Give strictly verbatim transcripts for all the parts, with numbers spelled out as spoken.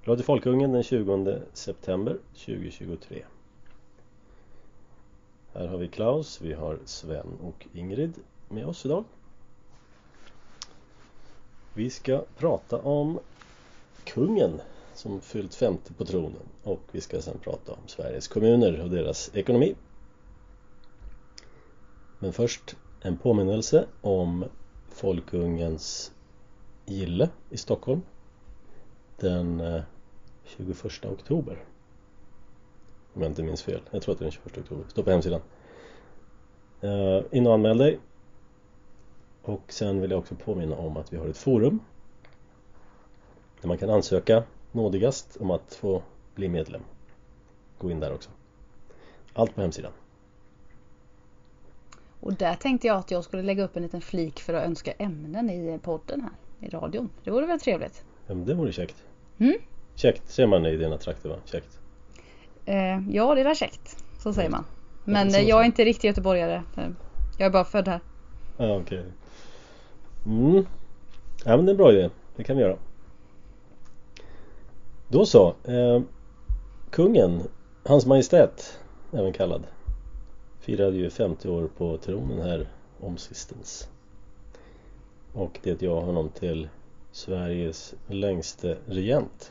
Radio Folkungen den tjugonde september tjugohundratjugotre. Här har vi Klaus, vi har Sven och Ingrid med oss idag. Vi ska prata om kungen som fyllt femtio på tronen, och vi ska sedan prata om Sveriges kommuner och deras ekonomi. Men först en påminnelse om Folkungens gille i Stockholm den tjugoförsta oktober. Om jag inte minns fel. Jag tror att det är den tjugoförsta oktober. Står på hemsidan. Uh, in och anmäl dig. Och sen vill jag också påminna om att vi har ett forum där man kan ansöka nådigast om att få bli medlem. Gå in där också. Allt på hemsidan. Och där tänkte jag att jag skulle lägga upp en liten flik för att önska ämnen i podden här, i radion. Det vore väl trevligt? Ja, men det vore käckt. Mm? Käckt, ser man i dina trakter, va? Käckt. Eh, ja, det är käckt. Så säger man. Men ja, eh, jag är inte riktigt göteborgare. Jag är bara född här. Ja, okej. Okay. Mm. Ja, men det är en bra idé. Det kan vi göra. Då så. Eh, kungen, hans majestät, även kallad, firade ju femtio år på tronen här om sistens. Och det gör honom till Sveriges längste regent.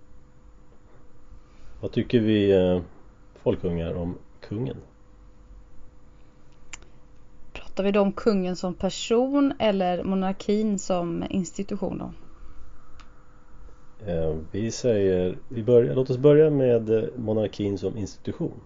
Vad tycker vi eh, folkungar om kungen? Pratar vi då om kungen som person eller monarkin som institution då? Eh, vi säger, vi börjar, låt oss börja med monarkin som institution.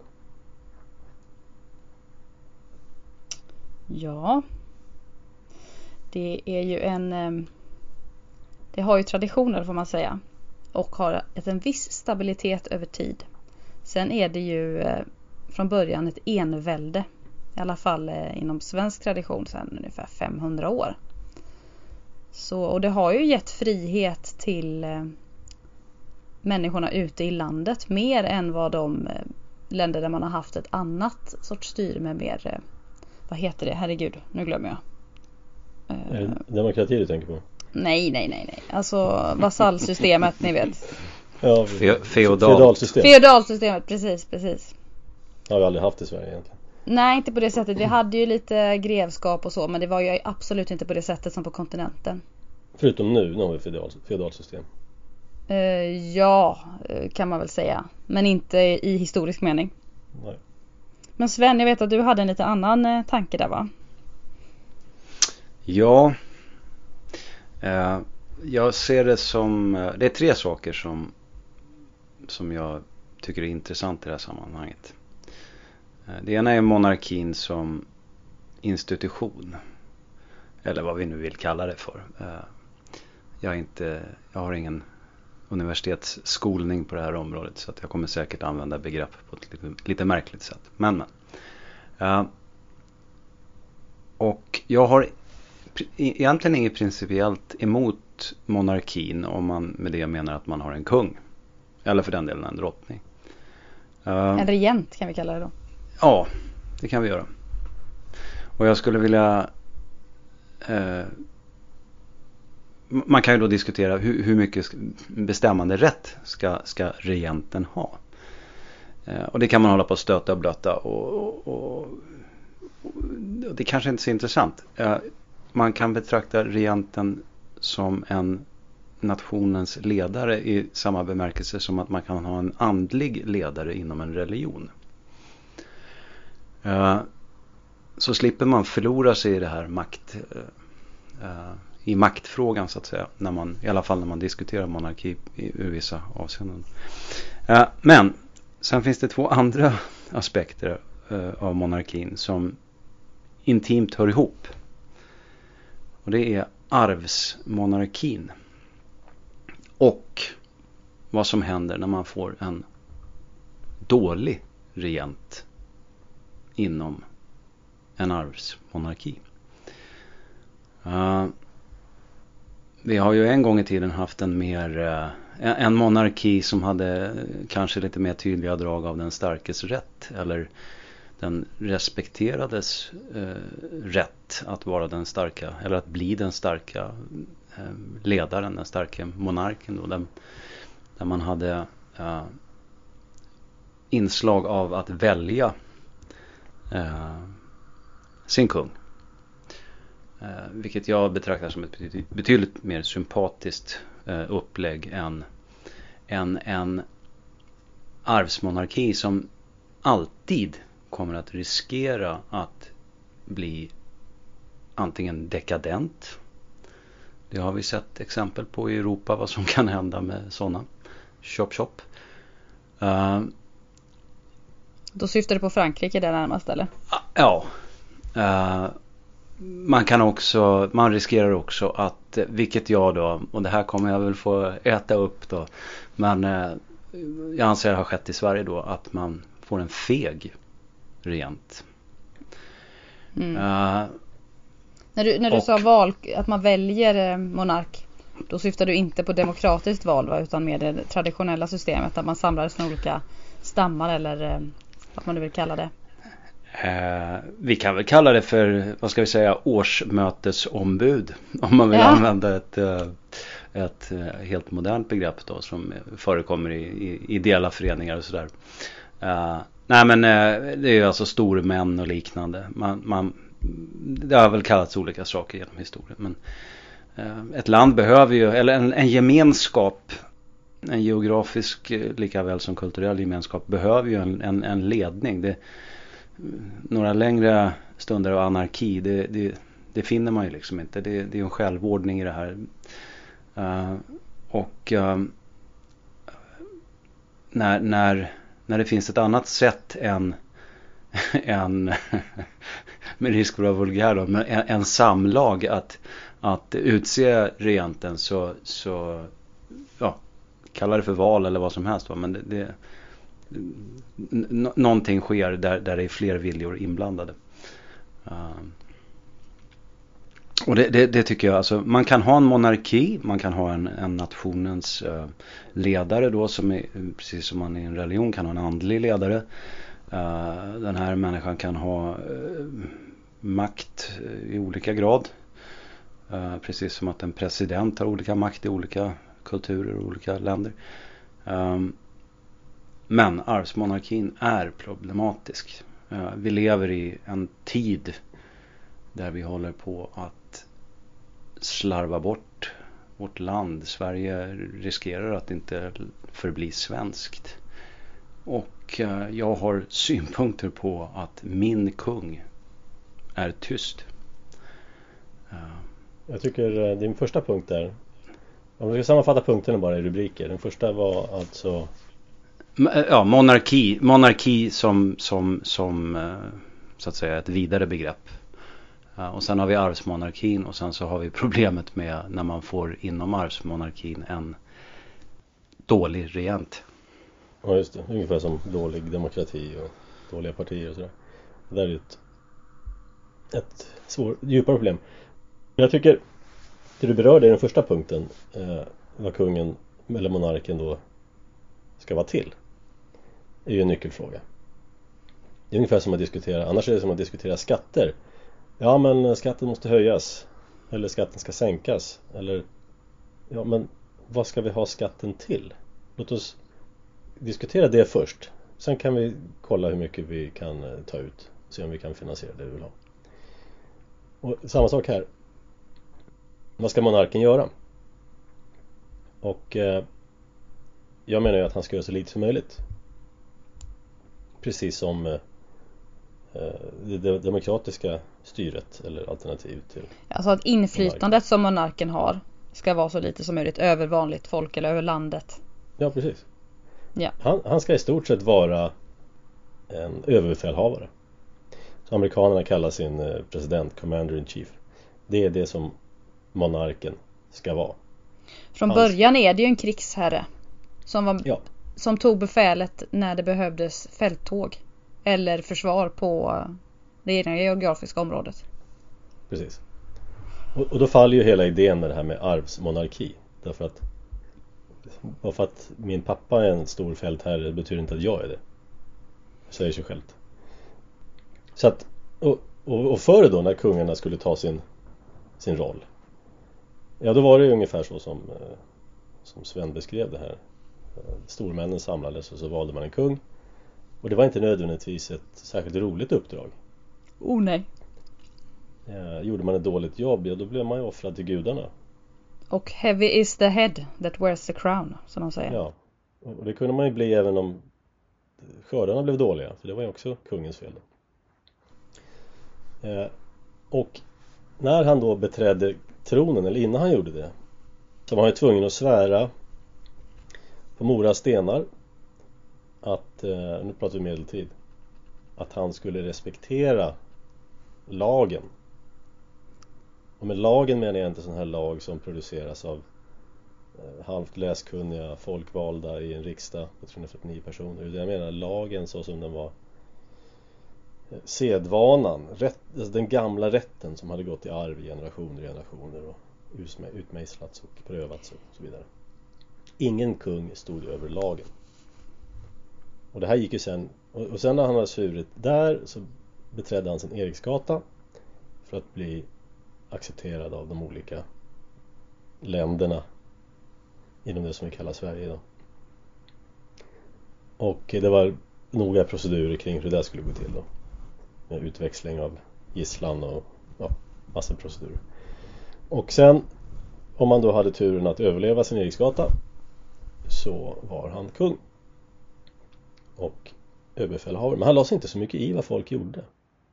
Ja. Det är ju en... Det har ju traditioner, får man säga. Och har en viss stabilitet över tid. Sen är det ju från början ett envälde. I alla fall inom svensk tradition sedan ungefär femhundra år. Så, och det har ju gett frihet till människorna ute i landet. Mer än vad de länder där man har haft ett annat sorts styre med mer... Vad heter det? Herregud, nu glömmer jag. Är det demokrati du tänker på? Nej, nej, nej, nej. Alltså vasallsystemet, ni vet. Ja, Fe- feodal. feodalsystem. Feodalsystemet, precis, precis. Det har vi aldrig haft i Sverige egentligen. Nej, inte på det sättet. Vi hade ju lite grevskap och så, men det var ju absolut inte på det sättet som på kontinenten. Förutom nu, nu har vi feodal, feodalsystem. Uh, ja, kan man väl säga. Men inte i historisk mening. Nej. Men Sven, jag vet att du hade en lite annan tanke där, va? Ja, eh, jag ser det som, det är tre saker som, som jag tycker är intressant i det här sammanhanget. Eh, det ena är monarkin som institution, eller vad vi nu vill kalla det för. Eh, jag, är inte, jag har ingen universitetsskolning på det här området, så att jag kommer säkert använda begrepp på ett lite, lite märkligt sätt. Men, men. Eh, och jag har egentligen inget principiellt emot monarkin om man med det menar att man har en kung. Eller för den delen en drottning. Uh, en regent kan vi kalla det då. Ja, det kan vi göra. Och jag skulle vilja... Uh, man kan ju då diskutera hur, hur mycket bestämmande rätt ska, ska regenten ha. Uh, och det kan man hålla på att stöta och blöta. Och, och, och, och det kanske inte är så intressant. Uh, Man kan betrakta regenten som en nationens ledare i samma bemärkelse som att man kan ha en andlig ledare inom en religion. Så slipper man förlora sig i det här makt, i maktfrågan så att säga, när man, i alla fall när man diskuterar monarki ur vissa avseenden. Men sen finns det två andra aspekter av monarkin som intimt hör ihop. Och det är arvsmonarkin. Och vad som händer när man får en dålig regent inom en arvsmonarki. Uh, vi har ju en gång i tiden haft en mer uh, en monarki som hade kanske lite mer tydliga drag av den starkes rätt, eller den respekterades eh, rätt att vara den starka, eller att bli den starka eh, ledaren, den starka monarken då, den, där man hade uh, inslag av att välja uh, sin kung. Uh, vilket jag betraktar som ett betydligt, betydligt mer sympatiskt uh, upplägg än, än en arvsmonarki som alltid kommer att riskera att bli antingen dekadent. Det har vi sett exempel på i Europa, vad som kan hända med sådana. Chop chop. Uh, Då syftar du på Frankrike där närmast, eller? ja. Uh, man kan också, man riskerar också att, vilket jag då, och det här kommer jag väl få äta upp då, men uh, jag anser det har skett i Sverige då, att man får en feg regent. Mm. Uh, När du, när du och, sa val, att man väljer monark, då syftar du inte på demokratiskt val, va, utan med det traditionella systemet där man samlades från olika stammar eller vad man nu vill kalla det. Eh, vi kan väl kalla det för, vad ska vi säga, årsmötesombud, om man vill ja. använda ett, ett helt modernt begrepp då, som förekommer i, i ideella föreningar och sådär. Eh, nej men eh, det är ju alltså stormän och liknande. Man, man, det har väl kallats olika saker genom historien, men eh, ett land behöver ju, eller en, en gemenskap, en geografisk lika väl som kulturell gemenskap, behöver ju en, en, en ledning. Det, några längre stunder av anarki, det, det, det finner man ju liksom inte. Det, det är en självordning i det här. Uh, och uh, när, när, när det finns ett annat sätt än, än med risk för att vara vulgär då, men en, en samlag att, att utse regenten, så, så ja, kalla det för val eller vad som helst, va? Men det, det N- någonting sker där, där det är fler viljor inblandade. Uh, och det, det, det tycker jag, alltså, man kan ha en monarki, man kan ha en, en nationens uh, ledare då, som är, precis som man i en religion kan ha en andlig ledare. Uh, den här människan kan ha uh, makt i olika grad. Uh, precis som att en president har olika makt i olika kulturer och olika länder. Um, Men arvsmonarkin är problematisk. Vi lever i en tid där vi håller på att slarva bort vårt land. Sverige riskerar att inte förbli svenskt. Och jag har synpunkter på att min kung är tyst. Jag tycker din första punkt där, om vi ska sammanfatta punkterna bara i rubriker. Den första var alltså... Ja, monarki, monarki som, som, som så att säga ett vidare begrepp. Och sen har vi arvsmonarkin, och sen så har vi problemet med när man får inom arvsmonarkin en dålig regent. Ja, just det. Ungefär som dålig demokrati och dåliga partier och sådär. Det där är ett, ett svår, djupare problem. Men jag tycker, det du berörde i den första punkten, eh, vad kungen eller monarken då ska vara till, är ju en nyckelfråga. Det är ungefär som att diskutera, annars är det som att diskutera skatter. Ja, men skatten måste höjas, eller skatten ska sänkas, eller ja, men vad ska vi ha skatten till? Låt oss diskutera det först. Sen kan vi kolla hur mycket vi kan ta ut, se om vi kan finansiera det vi vill ha. Och samma sak här. Vad ska monarken göra? Och eh, jag menar ju att han ska göra så lite som möjligt. Precis som eh, det demokratiska styret eller alternativ till. Alltså att inflytandet monarken. Som monarken har ska vara så lite som möjligt över vanligt folk eller över landet. Ja, precis. Ja. Han, han ska i stort sett vara en överbefälhavare. Så amerikanerna kallar sin president Commander in Chief. Det är det som monarken ska vara. Från Hans... början är det ju en krigsherre som, var, ja. som tog befälet när det behövdes fälttåg eller försvar på det egna geografiska området. Precis. Och, och då faller ju hela idén med det här med arvsmonarki. Därför att bara för att min pappa är en stor fältherre betyder inte att jag är det. Det säger sig självt. Så att, och, och, och före då när kungarna skulle ta sin, sin roll, ja, då var det ju ungefär så som, som Sven beskrev det här Stormännen samlades och så valde man en kung. Och det var inte nödvändigtvis ett särskilt roligt uppdrag. Oh nej. Eh, gjorde man ett dåligt jobb, ja då blev man ju offrad till gudarna. Och heavy is the head that wears the crown, som de säger. Ja, och det kunde man ju bli även om skördarna blev dåliga. För det var ju också kungens fel. Eh, och när han då beträdde tronen, eller innan han gjorde det, så var han ju tvungen att svära på Mora stenar att, eh, nu pratar vi medeltid, att han skulle respektera lagen. Och med lagen menar jag inte sån här lag som produceras av eh, halvt läskunniga folkvalda i en riksdag på trehundrafyrtionio personer. Jag menar lagen så som den var, eh, sedvanan, rätt, alltså den gamla rätten som hade gått i arv i generationer generationer och utmejslats och prövats och så vidare. Ingen kung stod över lagen. Och det här gick ju sen, och, och sen när han hade svurit där så beträdde han sin Eriksgata för att bli accepterad av de olika länderna inom det som vi kallar Sverige idag. Och det var noga procedurer kring hur det skulle gå till då. Med utväxling av gisslan och ja, massa procedurer. Och sen, om man då hade turen att överleva sin Eriksgata, så var han kung. Och överbefälhavare. Men han la sig inte så mycket i vad folk gjorde.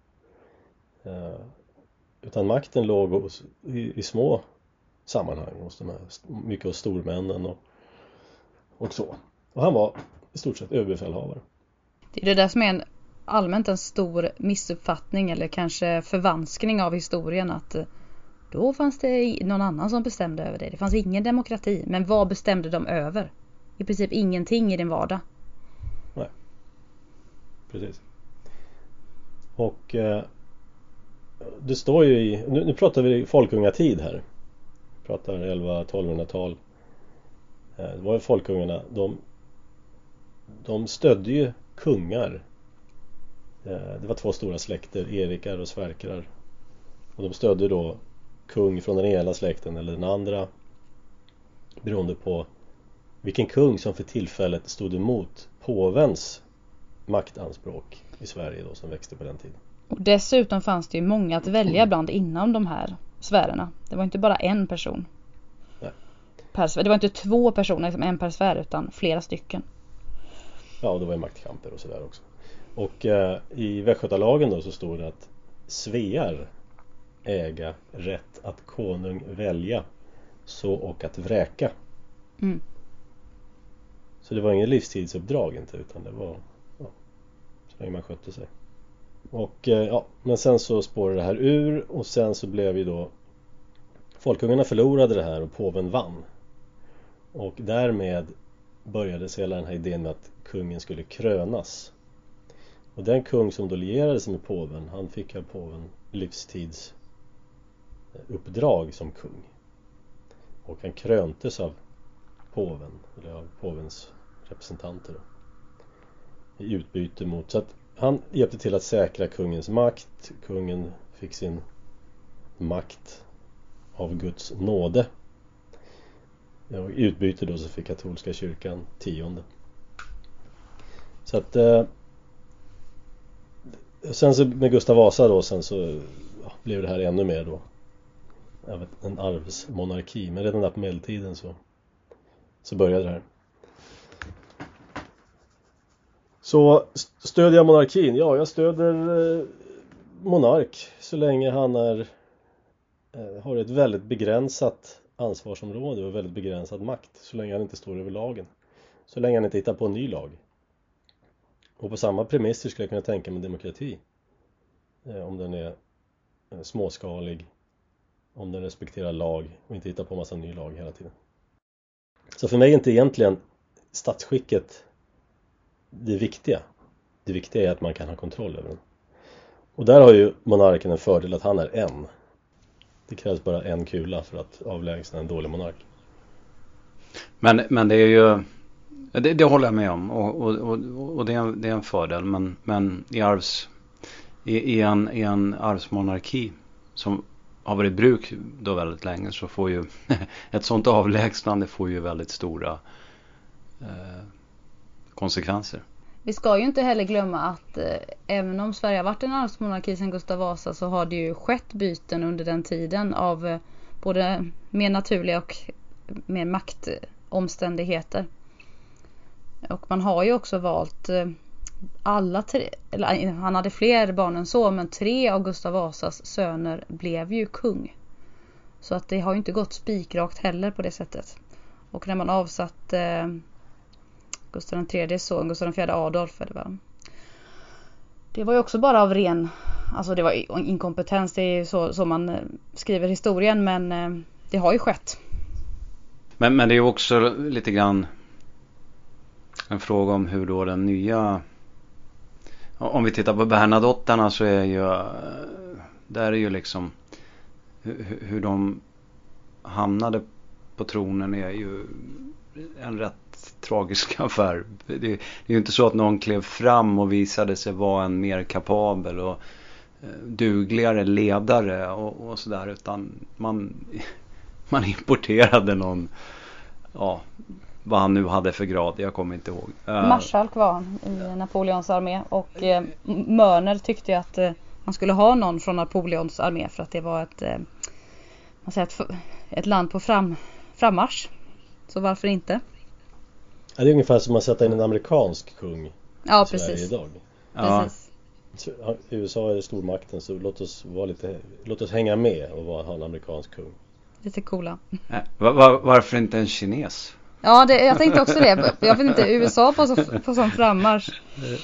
Uh, utan makten låg hos, i, i små sammanhang. Hos de här, mycket hos stormännen och, och så. Och han var i stort sett överbefälhavare. Det är det där som är en, allmänt en stor missuppfattning eller kanske förvanskning av historien, att då fanns det någon annan som bestämde över det. Det fanns ingen demokrati. Men vad bestämde de över? I princip ingenting i din vardag. Nej. Precis. Och eh, det står ju i, nu, nu pratar vi folkungatid här. Vi pratar elva-tolvhundratal. Eh, det var ju folkungarna. De, de stödde ju kungar. Eh, det var två stora släkter, Erikar och Sverkrar. Och de stödde då kung från den ena släkten eller den andra, beroende på vilken kung som för tillfället stod emot påvens maktanspråk i Sverige då, som växte på den tiden. Och dessutom fanns det ju många att välja bland inom de här sfärerna. Det var inte bara en person. Nej. Per sfär. Det var inte två personer, liksom en per sfär, utan flera stycken. Ja, och det var ju maktkamper och sådär också. Och eh, i Västgötalagen då så står det att Svear äga rätt att konung välja, så och att vräka. Mm. Så det var ingen livstidsuppdrag inte, utan det var ja, så länge man skötte sig. Och eh, ja, men sen så spårade det här ur, och sen så blev ju då folkungarna förlorade det här och påven vann. Och därmed började sig hela den här idén med att kungen skulle krönas. Och den kung som då lierade sig med påven, han fick av påven livstids uppdrag som kung. Och han kröntes av påven, eller av påvens representanter då, i utbyte mot, så att han hjälpte till att säkra kungens makt. Kungen fick sin makt av Guds nåde. Och i utbyte då så fick katolska kyrkan tionde. Så att eh, sen så med Gustav Vasa då, sen så ja, blev det här ännu mer då en arvsmonarki. Men redan där på medeltiden så, så började det här. Så stödjer jag monarkin? Ja, jag stöder eh, monark så länge han är, eh, har ett väldigt begränsat ansvarsområde och väldigt begränsad makt. Så länge han inte står över lagen. Så länge han inte hittar på en ny lag. Och på samma premisser skulle jag kunna tänka mig demokrati. Eh, om den är eh, småskalig. Om den respekterar lag och inte hittar på en massa ny lag hela tiden. Så för mig är inte egentligen statsskicket det viktiga. Det viktiga är att man kan ha kontroll över den. Och där har ju monarken en fördel att han är en. Det krävs bara en kula för att avlägsna en dålig monark. Men, men det är ju, det, det håller jag med om, och, och, och, och det, är, det är en fördel. Men, men i, arvs, i, i, en, i en arvsmonarki som har varit i bruk då väldigt länge, så får ju ett sånt avlägsnande får ju väldigt stora eh, konsekvenser. Vi ska ju inte heller glömma att eh, även om Sverige har varit en arvsmonarki sedan Gustav Vasa, så har det ju skett byten under den tiden av eh, både mer naturliga och mer maktomständigheter. Och man har ju också valt eh, alla tre, eller han hade fler barn än så, men tre av Gustav Vasas söner blev ju kung. Så att det har ju inte gått spikrakt heller på det sättet. Och när man avsatt eh, Gustav den tredje son, Gustav den fjärde Adolf, det var, det var ju också bara av ren, alltså det var inkompetens, det är ju så, så man skriver historien, men eh, det har ju skett. Men, men det är ju också lite grann en fråga om hur då den nya, om vi tittar på Bernadottarna, så är ju där är ju liksom hur, hur de hamnade på tronen är ju en rätt tragisk affär. Det, det är ju inte så att någon klev fram och visade sig vara en mer kapabel och dugligare ledare och, och sådär, utan man, man importerade någon, ja, vad han nu hade för grad, jag kommer inte ihåg. Marskalk var han i Napoleons armé, och eh, Mörner tyckte ju att eh, man skulle ha någon från Napoleons armé för att det var ett, eh, man säger ett, ett land på fram, frammarsch. Så varför inte? Ja, det är ungefär som att sätta in en amerikansk kung ja, i Sverige precis. idag. Ja. Precis. U S A är stormakten, så låt oss vara lite, låt oss hänga med och vara, ha en amerikansk kung. Lite coola. Var, var, varför inte en kines? Ja, det, jag tänkte också det. Jag vet inte, U S A på, så, på sån frammarsch.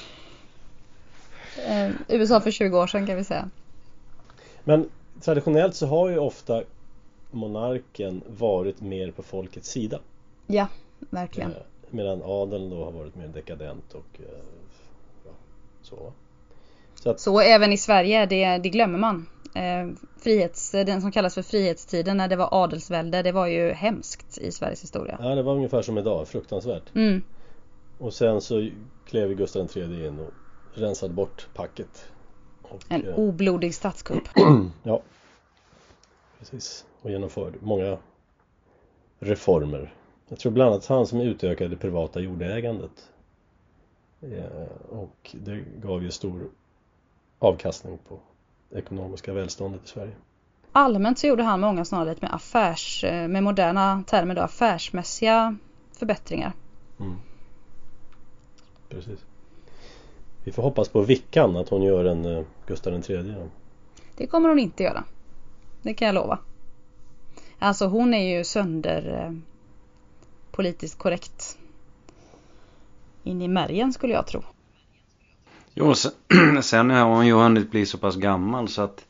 Eh, U S A för tjugo år sedan kan vi säga. Men traditionellt så har ju ofta monarken varit mer på folkets sida. Ja, verkligen. Eh, medan adeln då har varit mer dekadent och eh, ja, så. Så, att, så även i Sverige, det, det glömmer man. Eh, frihets, den som kallas för frihetstiden, när det var adelsvälde, det var ju hemskt i Sveriges historia. ja, det var ungefär som idag, fruktansvärt. Mm. Och sen så klev Gustav den tredje in och rensade bort packet. Och, En eh, oblodig statskupp. ja, precis. Och genomförde många reformer. Jag tror bland annat han som utökade det privata jordägandet. Eh, och det gav ju stor avkastning på det ekonomiska välståndet i Sverige. Allmänt så gjorde han många snarare lite med affärs, med moderna termer då, affärsmässiga förbättringar. Mm. Precis. Vi får hoppas på Vickan att hon gör en uh, Gustav den tredje. Det kommer hon inte göra. Det kan jag lova. Alltså hon är ju sönder eh, politiskt korrekt in i märgen, skulle jag tro. Jo, sen, sen har hon ju hunnit bli så pass gammal så att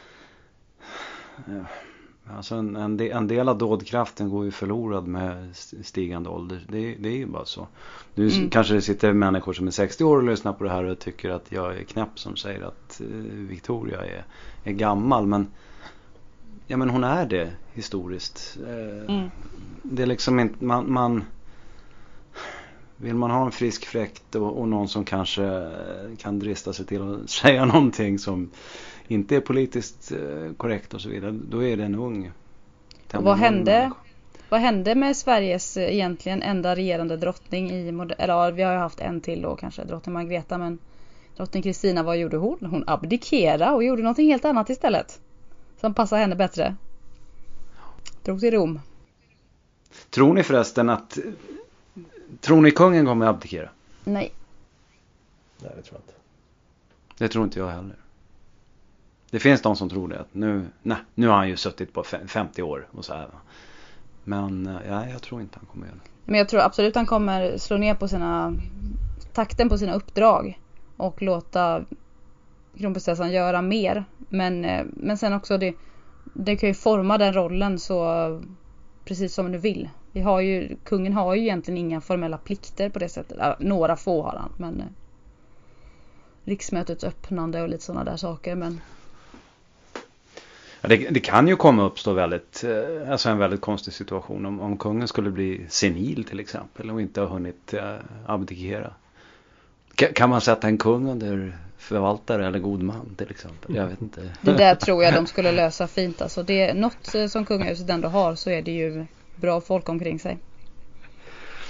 ja, alltså en, en, del, en del av dådkraften går ju förlorad med stigande ålder. Det, det är ju bara så. Nu mm. kanske det sitter människor som är sextio år och lyssnar på det här och tycker att jag är knäpp som säger att eh, Victoria är, är gammal, men ja, men hon är det historiskt. Eh, mm. Det är liksom inte man, man vill man ha en frisk fläkt och, och någon som kanske kan drista sig till att säga någonting som inte är politiskt eh, korrekt och så vidare, då är det en ung. Och vad hände? Vad hände med Sveriges eh, egentligen enda regerande drottning i moder- eller ja, vi har ju haft en till då kanske, drottning Margareta, men drottning Kristina, vad gjorde hon? Hon abdikerade och gjorde någonting helt annat istället som passar henne bättre. Drog till Rom. Tror ni förresten att tror ni kungen kommer att abdikera? Nej. Nej, det tror jag inte. Det tror inte jag heller. Det finns de som tror det. Att nu, nej, nu har han ju suttit på femtio år och så här. Men ja, jag tror inte han kommer göra det. Men jag tror absolut han kommer slå ner på sina takten på sina uppdrag och låta kronprinsessan göra mer. Men, men sen också det, det kan ju forma den rollen så precis som du vill. Vi har ju, kungen har ju egentligen inga formella plikter på det sättet. Ja, några få har han, men riksmötets öppnande och lite sådana där saker, men ja, det, det kan ju komma uppstå väldigt, alltså en väldigt konstig situation om, om kungen skulle bli senil till exempel och inte ha hunnit uh, abdikera. K- kan man sätta en kung under förvaltare eller god man till exempel? Jag vet inte. Det där tror jag de skulle lösa fint. Alltså det är något som kungahuset ändå har, så är det ju bra folk omkring sig.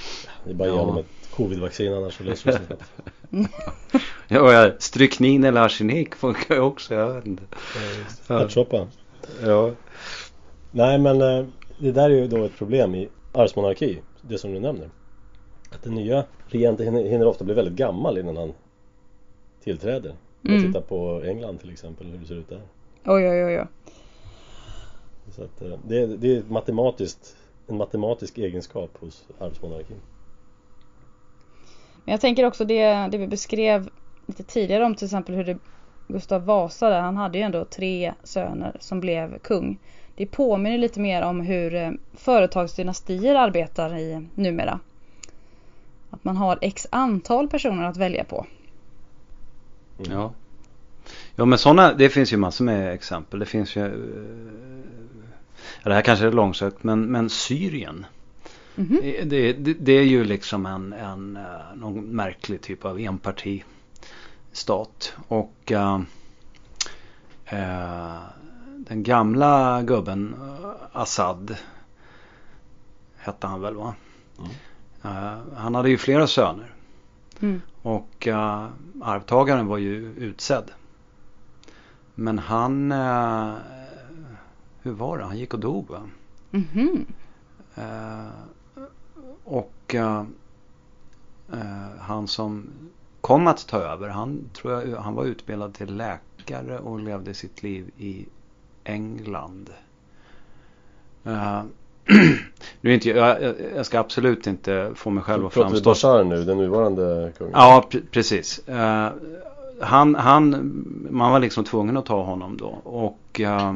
Det är bara Ja. genom ett covid-vaccin annars så löser det sig snabbt. Ja, ja, stryknin eller arsenik funkar ju också, jag vet inte. Ärtsoppa. Ja. Nej, men eh, det där är ju då ett problem i arvsmonarki, det som du nämner. Att den nya regenten hinner, hinner ofta bli väldigt gammal innan han tillträder. Man Mm. tittar på England till exempel, hur det ser ut där. Oj, oj, oj, oj. Så att, eh, det, det är ett matematiskt, en matematisk egenskap hos arvsmonarkin. Men jag tänker också det, det vi beskrev lite tidigare om till exempel hur det, Gustav Vasa där, han hade ju ändå tre söner som blev kung. Det påminner lite mer om hur eh, företagsdynastier arbetar i numera. Att man har x antal personer att välja på. Mm. Ja. Ja, men sådana, det finns ju massor med exempel. Det finns ju, ja, det här kanske är långsökt, men, men Syrien. Mhm. Det, det, det är ju liksom en, en någon märklig typ av enpartistat. Och äh, äh, den gamla gubben äh, Assad hette han väl, va? Mm. Äh, han hade ju flera söner. Mm. Och äh, arvtagaren var ju utsedd. Men han, äh, hur var det? Han gick och dog, va? Mhm. Äh, och äh, äh, han som kom att ta över, han tror jag, han var utbildad till läkare och levde sitt liv i England. Äh, nu är inte jag, jag ska absolut inte få mig själv att Pratar vi framstå. Bashar nu, den nuvarande kungen? Ja, pre- precis. Uh, han, han, man var liksom tvungen att ta honom då. Och uh,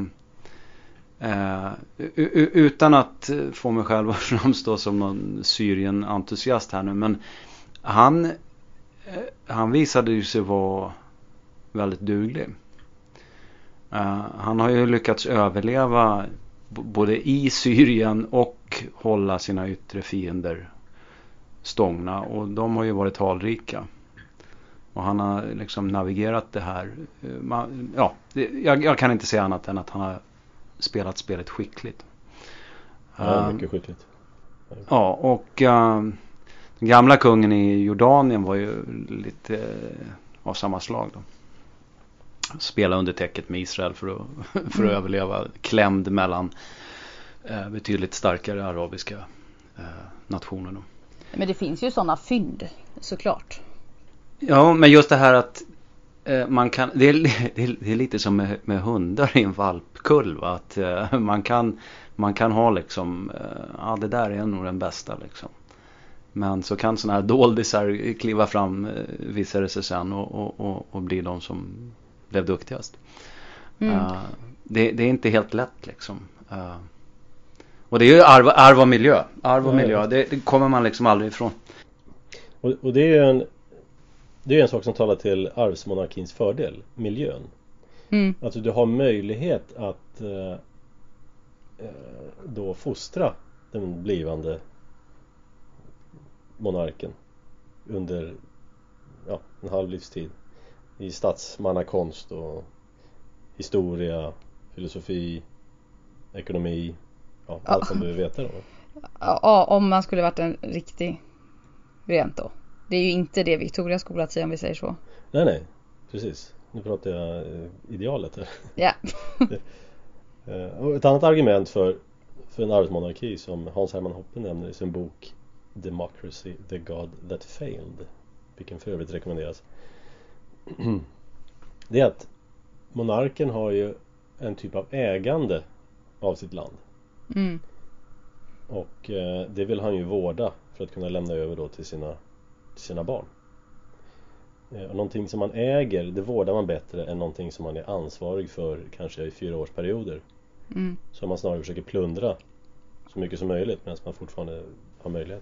uh, u- utan att få mig själv att framstå som någon Syrien-entusiast här nu. Men han, uh, han visade ju sig vara väldigt duglig. Uh, han har ju lyckats överleva b- både i Syrien och hålla sina yttre fiender stångna, och de har ju varit talrika. Och han har liksom navigerat det här. Man, ja, det, jag, jag kan inte säga annat än att han har spelat spelet skickligt. Ja, Uh, mycket skickligt. ja, och uh, den gamla kungen i Jordanien var ju lite uh, av samma slag då. Spela under täcket med Israel för att, för att Mm. överleva, klämd mellan uh, betydligt starkare arabiska uh, nationer då. Men det finns ju sådana fynd, såklart. Ja, men just det här att eh, man kan, det är, det är, det är lite som med, med hundar i en valpkull, va? Att eh, man kan man kan ha liksom, eh, ja, det där är nog den bästa liksom. Men så kan såna här doldisar kliva fram, eh, visar det sig sen och, och, och, och bli de som blev duktigast. Mm. Eh, det, det är inte helt lätt liksom. Eh, och det är ju arv, arv och miljö. Arv och Ja, miljö, ja. det, det kommer man liksom aldrig ifrån. Och, och det är ju en, det är en sak som talar till arvsmonarkins fördel, miljön. Mm. Alltså du har möjlighet att eh, eh, då fostra den blivande monarken under ja, en halv livstid i statsmannakonst och historia, filosofi, ekonomi, ja, Ja. allt som du vet då. Ja, om man skulle varit en riktig regent då. Det är ju inte det Victorias skola säger, om vi säger så. Nej, nej, precis. Nu pratar jag eh, idealet här. Ja. Eh, och ett annat argument för, för en arvsmonarki som Hans Hermann Hoppe nämner i sin bok Democracy, the God that failed, vilken för övrigt rekommenderas, det är att monarken har ju en typ av ägande av sitt land. Mm. Och eh, det vill han ju vårda för att kunna lämna över då till sina, till sina barn. Eh, och någonting som man äger, det vårdar man bättre än någonting som man är ansvarig för kanske i fyra års perioder. Mm. Så man snarare försöker plundra så mycket som möjligt medan man fortfarande har möjlighet.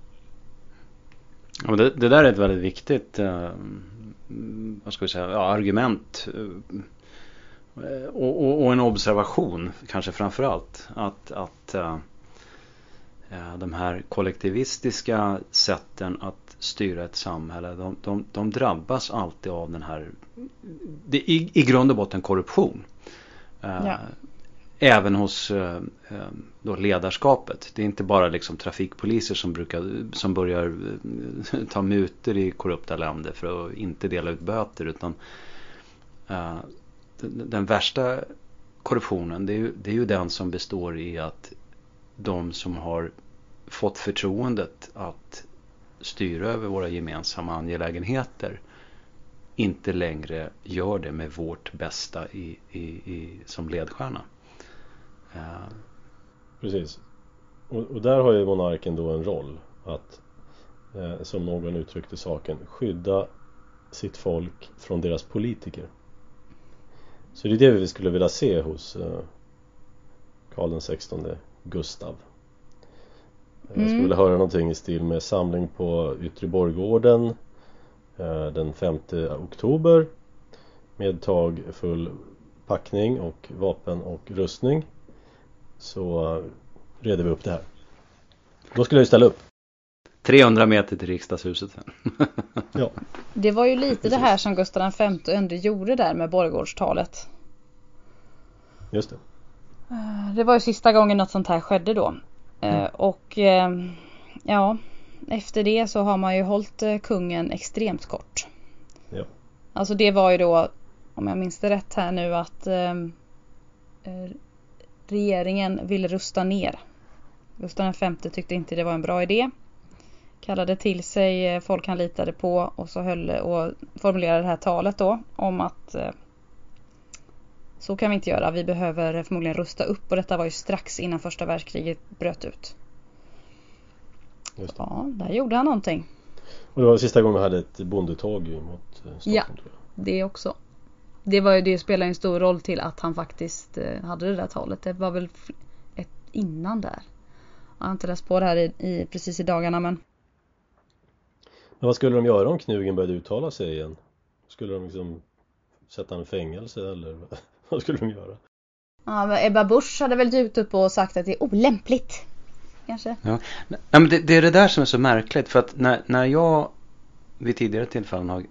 Ja, det, det där är ett väldigt viktigt eh, vad ska vi säga, ja, argument eh, och, och, och en observation kanske framförallt att, att eh, de här kollektivistiska sätten att styra ett samhälle, de, de, de drabbas alltid av den här, det, i, i grund och botten korruption. Eh, Ja. även hos uh, då ledarskapet. Det är inte bara liksom trafikpoliser som, brukar, som börjar uh, ta mutor i korrupta länder för att inte dela ut böter, utan uh, den, den värsta korruptionen, det är, ju, det är ju den som består i att de som har fått förtroendet att styra över våra gemensamma angelägenheter inte längre gör det med vårt bästa i, i, i, som ledstjärna. Uh. Precis. Och, och där har ju monarken då en roll att, eh, som någon uttryckte saken, skydda sitt folk från deras politiker. Så det är det vi skulle vilja se hos eh, Karl den sextonde Gustav. Mm. Jag skulle vilja höra någonting i stil med samling på Yttre Borggården eh, den femte oktober med tag full packning och vapen och rustning, så reder vi upp det här. Då skulle jag ju ställa upp. trehundra meter till riksdagshuset sen. Ja. Det var ju lite det här som Gustav den femte ändå gjorde där med borggårdstalet. Just det. Det var ju sista gången något sånt här skedde då. Mm. Och ja, efter det så har man ju hållit kungen extremt kort. Ja. Alltså det var ju då, om jag minns det rätt här nu, att eh, regeringen ville rusta ner. Gustav den femte tyckte inte det var en bra idé. Kallade till sig folk han litade på och så höll och formulerade det här talet då om att eh, så kan vi inte göra. Vi behöver förmodligen rusta upp, och detta var ju strax innan första världskriget bröt ut. Just det. Ja, där gjorde han någonting. Och det var sista gången vi hade ett bondetåg mot Stockholm. Ja, det också. Det var ju, det spelade en stor roll till att han faktiskt hade det där talet. Det var väl ett innan där. Jag har inte läst på det här i, i, precis i dagarna, men... Men vad skulle de göra om Knugen började uttala sig igen? Skulle de liksom sätta han i fängelse, eller vad skulle de göra? Ja, men Ebba Busch hade väl ut upp och sagt att det är olämpligt. Kanske. Ja. Nej, men det, det är det där som är så märkligt, för att när, när jag vid tidigare tillfällen har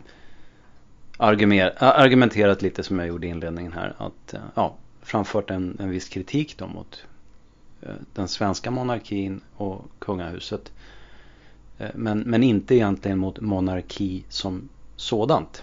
argumenterat lite som jag gjorde i inledningen här, att ja, framfört en, en viss kritik då mot den svenska monarkin och kungahuset, men, men inte egentligen mot monarki som sådant,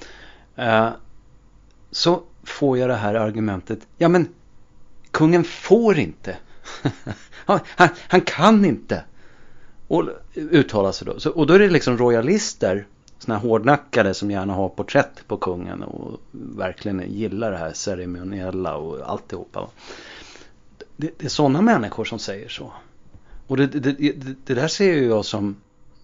så får jag det här argumentet: ja, men kungen får inte han, han, han kan inte och uttala sig då. Så, och då är det liksom royalister, såna här hårdnackade som gärna har porträtt på kungen och verkligen gillar det här ceremoniella och alltihopa. Det, det är sådana människor som säger så. Och det, det, det, det där ser ju jag som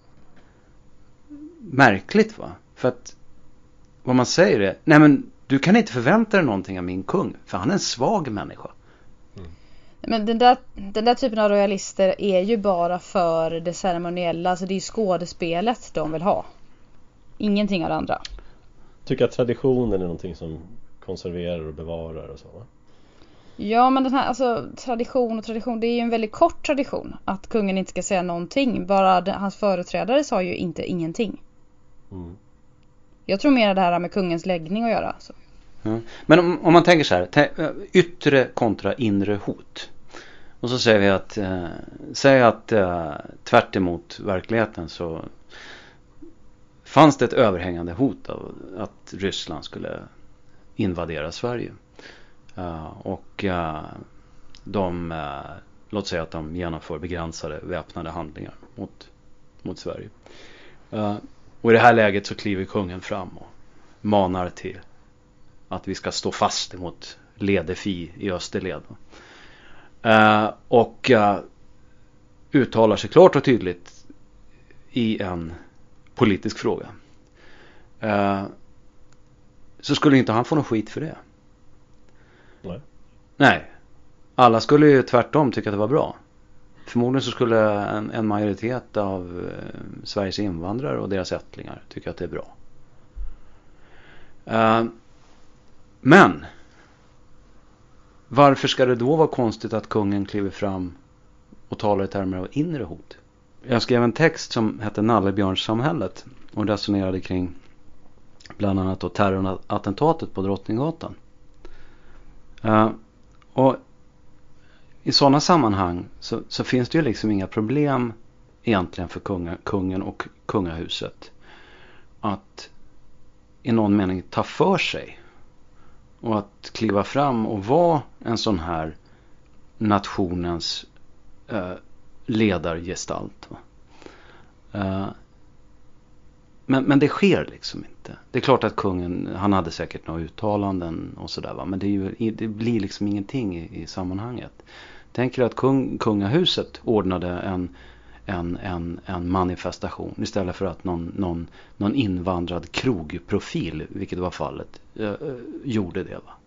märkligt, va? För att vad man säger är: nej, men du kan inte förvänta dig någonting av min kung, för han är en svag människa. Mm. Men den där, den där typen av royalister är ju bara för det ceremoniella. Alltså det är ju skådespelet de vill ha. Ingenting av det andra. Tycker att traditionen är någonting som konserverar och bevarar och så, va? Ja, men den här, alltså, tradition och tradition, det är ju en väldigt kort tradition att kungen inte ska säga någonting. Bara den, hans företrädare sa ju inte ingenting. Mm. Jag tror mer det här med kungens läggning att göra. Så. Ja. Men om, om man tänker så här, yttre kontra inre hot. Och så säger vi att, eh, säg att eh, tvärt emot verkligheten så fanns det ett överhängande hot av att Ryssland skulle invadera Sverige. Uh, och uh, de, uh, låt säga att de genomför begränsade väpnade handlingar mot, mot Sverige. Uh, och i det här läget så kliver kungen fram och manar till att vi ska stå fast emot ledefi i Österled. Uh, och uh, uttalar sig klart och tydligt i en politisk fråga. Uh, så skulle inte han få någon skit för det. Nej. Nej. Alla skulle ju tvärtom tycka att det var bra. Förmodligen så skulle en, en majoritet av eh, Sveriges invandrare och deras ättlingar tycka att det är bra. Uh, men varför ska det då vara konstigt att kungen kliver fram och talar i termer av inre hot? Jag skrev en text som hette Nallebjörnssamhället och resonerade kring bland annat då terrorattentatet på Drottninggatan. Uh, Och i sådana sammanhang så, så finns det ju liksom inga problem egentligen för kunga, kungen och kungahuset att i någon mening ta för sig och att kliva fram och vara en sån här nationens eh, ledargestalt. Eh, men, men det sker liksom inte. Det är klart att kungen, han hade säkert några uttalanden och sådär, va? Men det, är ju, det blir liksom ingenting i, i sammanhanget. Tänker att kung, kungahuset ordnade en, en, en, en manifestation istället för att någon, någon, någon invandrad krogprofil, vilket var fallet, eh, gjorde det, va?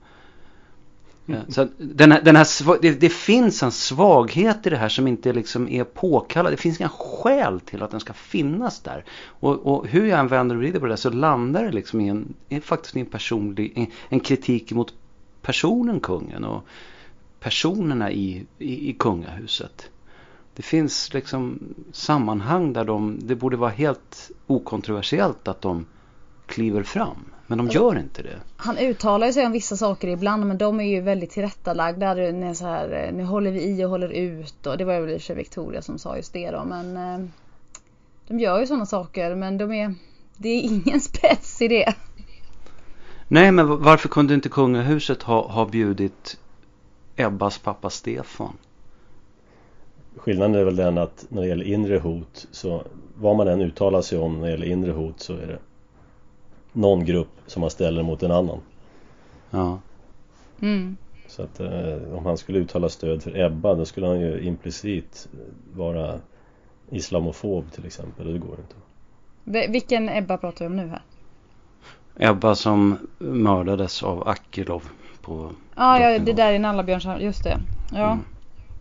Så den här, den här, det, det finns en svaghet i det här som inte liksom är påkallad. Det finns inga skäl till att den ska finnas där. Och, och hur jag än vänder och vrider på det så landar det liksom i en, är faktiskt en personlig en, en kritik mot personen kungen och personerna i, i, i kungahuset. Det finns liksom sammanhang där de, det borde vara helt okontroversiellt att de kliver fram. Men de gör inte det. Han uttalar sig om vissa saker ibland, men de är ju väldigt tillrättalagda. Nu, så här, nu håller vi i och håller ut. Och det var ju väl Victoria som sa just det då. Men eh, de gör ju sådana saker, men de är, det är ingen spets i det. Nej, men varför kunde inte kungahuset ha, ha bjudit Ebbas pappa Stefan? Skillnaden är väl den att när det gäller inre hot, så vad man än uttalar sig om när det gäller inre hot, så är det någon grupp som man ställer mot en annan. Ja. Mm. Så att eh, om han skulle uttala stöd för Ebba, då skulle han ju implicit vara islamofob till exempel, och det går inte. V- vilken Ebba pratar vi om nu här? Ebba som mördades av Akilov på... Ah, ja, det där är Nallabjörns, just det. Ja. Mm.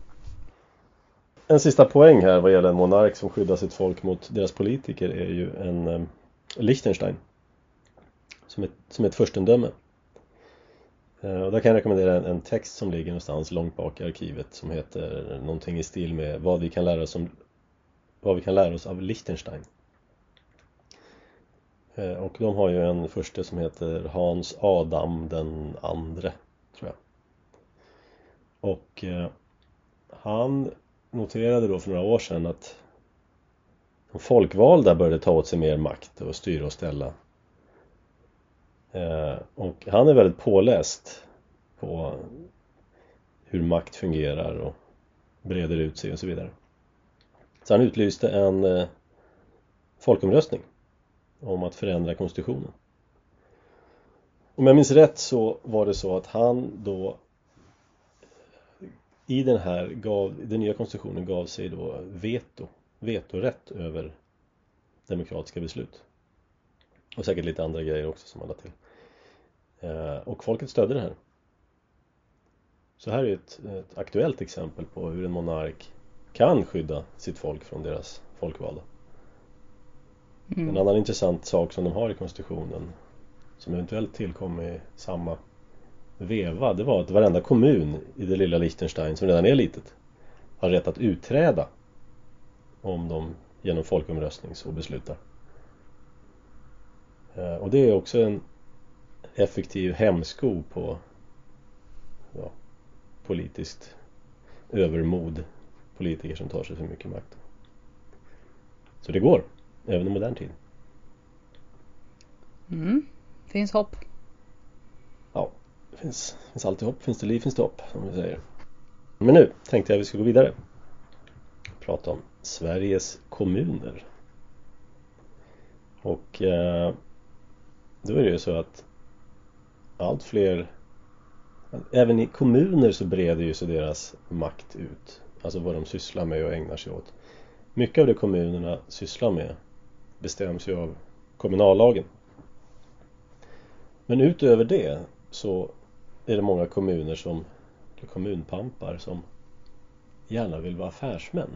En sista poäng här vad gäller en monark som skyddar sitt folk mot deras politiker är ju en eh, Liechtenstein. Som ett, som ett förstendöme. Eh, och där kan jag rekommendera en, en text som ligger någonstans långt bak i arkivet som heter någonting i stil med vad vi kan lära oss, om, vad vi kan lära oss av Liechtenstein. Eh, och de har ju en förste som heter Hans Adam den andre, tror jag. Och eh, han noterade då för några år sedan att de folkvalda började ta åt sig mer makt och styra och ställa. Eh, och han är väldigt påläst på hur makt fungerar och breder ut sig och så vidare. Så han utlyste en eh, folkomröstning om att förändra konstitutionen. Om jag minns rätt så var det så att han då i den här gav, den nya konstitutionen gav sig då veto, vetorätt över demokratiska beslut. Och säkert lite andra grejer också som alla till. Eh, och folket stödde det här. Så här är ett, ett aktuellt exempel på hur en monark kan skydda sitt folk från deras folkvalda. Mm. En annan intressant sak som de har i konstitutionen, som eventuellt tillkom i samma veva, det var att varenda kommun i det lilla Liechtenstein, som redan är litet, har rätt att utträda om de genom folkomröstning så beslutar. Och det är också en effektiv hämsko på ja, politiskt övermod, politiker som tar sig för mycket makt. Så det går, även i modern tid. Mm. Finns hopp. Ja, det finns, finns alltid hopp. Finns det liv, finns det hopp, som vi säger. Men nu tänkte jag att vi ska gå vidare. Prata om Sveriges kommuner. Och eh, då är det ju så att allt fler, även i kommuner så breder ju sig deras makt ut. Alltså vad de sysslar med och ägnar sig åt. Mycket av det kommunerna sysslar med bestäms ju av kommunallagen. Men utöver det så är det många kommuner som, eller kommunpampar som gärna vill vara affärsmän.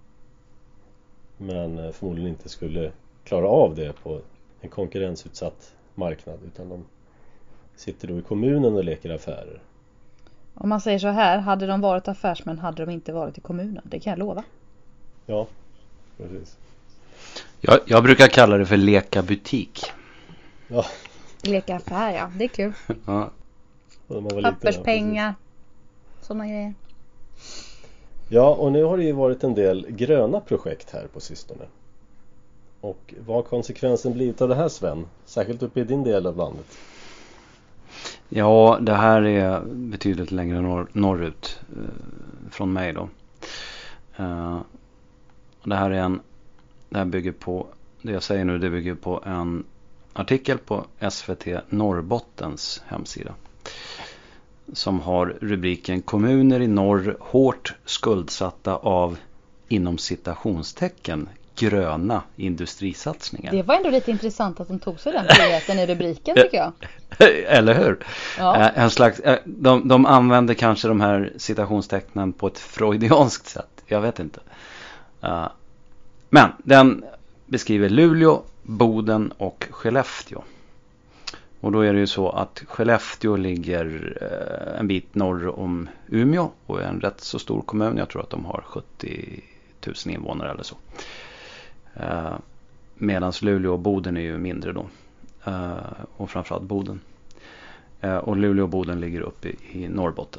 Men förmodligen inte skulle klara av det på en konkurrensutsatt marknad, utan de sitter då i kommunen och leker affärer. Om man säger så här, hade de varit affärsmän hade de inte varit i kommunen, det kan jag lova. Ja, precis. Jag, jag brukar kalla det för leka butik. Ja. Leka affär, ja, det är kul. Ja. Papperspengar. sådana grejer. Ja, och nu har det ju varit en del gröna projekt här på sistone. Och vad har konsekvensen blivit av det här, Sven? Särskilt uppe i din del av landet. Ja, det här är betydligt längre norr, norrut eh, från mig då. Eh, det här är en, det här bygger på, det jag säger nu, det bygger på en artikel på S V T Norrbottens hemsida. Som har rubriken Kommuner i norr hårt skuldsatta av inom citationstecken gröna industrisatsningar. Det var ändå lite intressant att de tog sig den friheten i rubriken, tycker jag. Eller hur? Ja. En slags, de, de använder kanske de här citationstecknen på ett freudianskt sätt. Jag vet inte. Men den beskriver Luleå, Boden och Skellefteå. Och då är det ju så att Skellefteå ligger en bit norr om Umeå och är en rätt så stor kommun. Jag tror att de har sjuttio tusen invånare eller så. Uh, Medan Luleå och Boden är ju mindre då. Uh, och framförallt Boden. Uh, och Luleå och Boden ligger uppe i, i Norrbotten.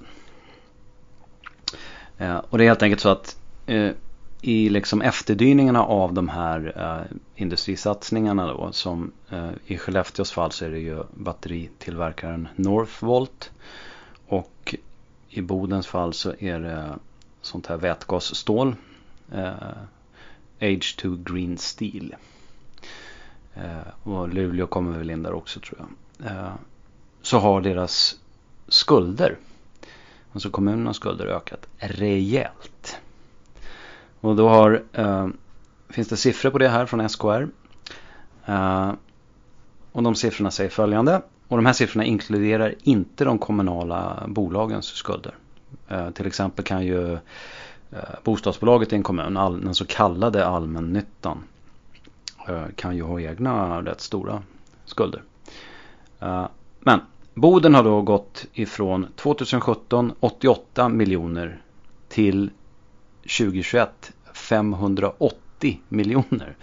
Uh, och det är helt enkelt så att uh, i liksom efterdyningarna av de här uh, industrisatsningarna då, som uh, i Skellefteås fall så är det ju batteritillverkaren Northvolt. Och i Bodens fall så är det sånt här vätgasstål. Uh, Age to Green Steel. Uh, och Luleå kommer väl in där också, tror jag. Uh, så har deras skulder, alltså kommunernas skulder, ökat rejält. Och då har uh, finns det siffror på det här från S K R. Uh, och de siffrorna säger följande. Och de här siffrorna inkluderar inte de kommunala bolagens skulder. Uh, till exempel kan ju bostadsbolaget i en kommun, all, den så kallade allmännyttan, kan ju ha egna rätt stora skulder. Men Boden har då gått ifrån tjugosjutton åttioåtta miljoner till tjugohundratjugoett femhundraåttio miljoner.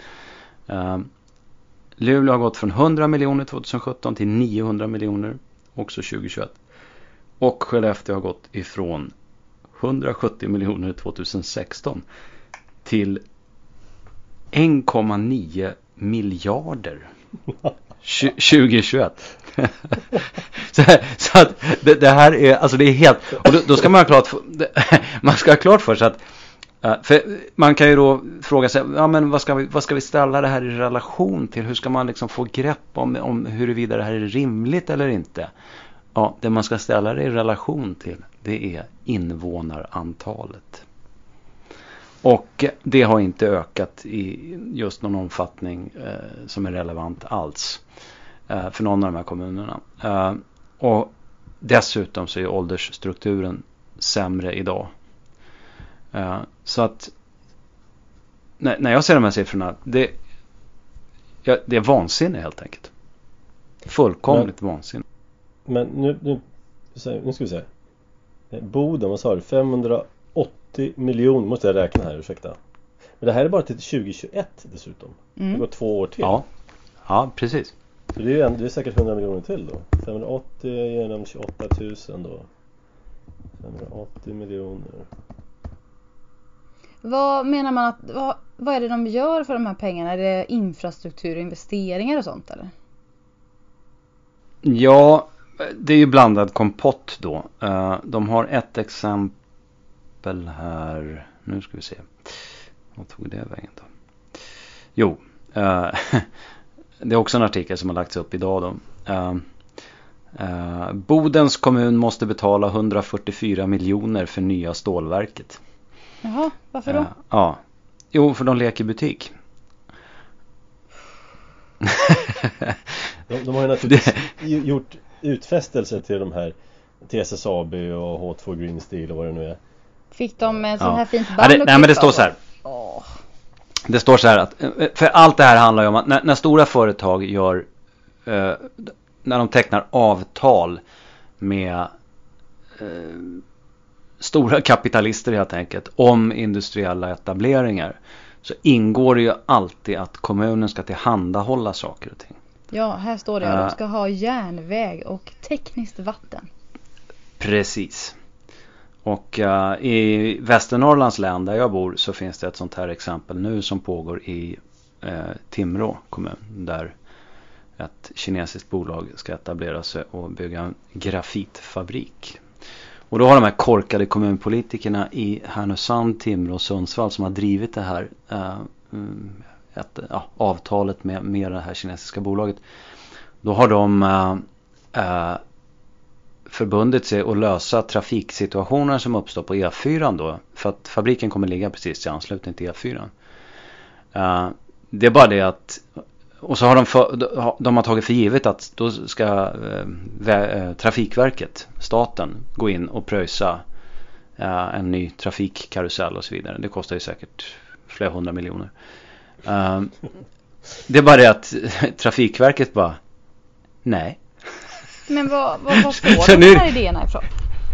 Luleå har gått från hundra miljoner tjugosjutton till niohundra miljoner också tjugohundratjugoett. Och Skellefteå har gått ifrån hundrasjuttio miljoner tjugosexton till en komma nio miljarder tjugohundratjugoett. så, så att det, det här är, alltså det är helt, och då, då ska man ha klart för, man ska ha klart för sig att för man kan ju då fråga sig, ja men vad ska vi, vad ska vi ställa det här i relation till? Hur ska man liksom få grepp om, om huruvida det här är rimligt eller inte? Ja, det man ska ställa det i relation till, det är invånarantalet. Och det har inte ökat i just någon omfattning eh, som är relevant alls eh, för någon av de här kommunerna. Eh, och dessutom så är åldersstrukturen sämre idag. Eh, så att när, när jag ser de här siffrorna, det, ja, det är vansinne helt enkelt. Fullkomligt men, vansinne. Men nu, nu, nu ska vi se. Boden, vad sa du? femhundraåttio miljoner måste jag räkna här, ursäkta. Men det här är bara till tjugohundratjugoett dessutom. Mm. Det går två år till. Ja, ja precis. Så det är, ju en, det är säkert hundra miljoner till då. femhundraåttio genom tjugoåtta tusen då. femhundraåttio miljoner. Vad menar man att, vad, vad är det de gör för de här pengarna? Är det infrastruktur, investeringar och sånt eller? Ja, det är ju blandad kompott då. De har ett exempel här. Nu ska vi se. Vad tog det vägen då? Jo, det är också en artikel som har lagts upp idag då. Bodens kommun måste betala hundrafyrtiofyra miljoner för nya stålverket. Jaha, varför då? Ja, jo för de leker butik. de, de har ju naturligtvis gjort utfästelser till de här till S S A B och H två Green Steel och vad det nu är. Fick de en sån ja. här fint band? Ja, det, nej men det står så här. Oh. Det står så här att för allt det här handlar ju om att när, när stora företag gör eh, när de tecknar avtal med eh, stora kapitalister helt enkelt om industriella etableringar, så ingår det ju alltid att kommunen ska tillhandahålla saker och ting. Ja, här står det att de ska ha järnväg och tekniskt vatten. Precis. Och uh, i Västernorrlands län där jag bor så finns det ett sånt här exempel nu som pågår i uh, Timrå kommun, där ett kinesiskt bolag ska etablera sig och bygga en grafitfabrik. Och då har de här korkade kommunpolitikerna i Härnösand, Timrå och Sundsvall som har drivit det här uh, ett, ja, avtalet med, med det här kinesiska bolaget. Då har de uh, uh, förbundit sig att lösa trafiksituationer som uppstår på E fyra då, för att fabriken kommer ligga precis i anslutning till E fyra. Uh, det är bara det att, och så har de, för, de har tagit för givet att då ska uh, vä, Trafikverket, staten, gå in och pröjsa uh, en ny trafikkarusell och så vidare. Det kostar ju säkert flera hundra miljoner. Uh, det är bara det att Trafikverket bara, nej. Men vad, vad, vad får de här idéerna ifrån?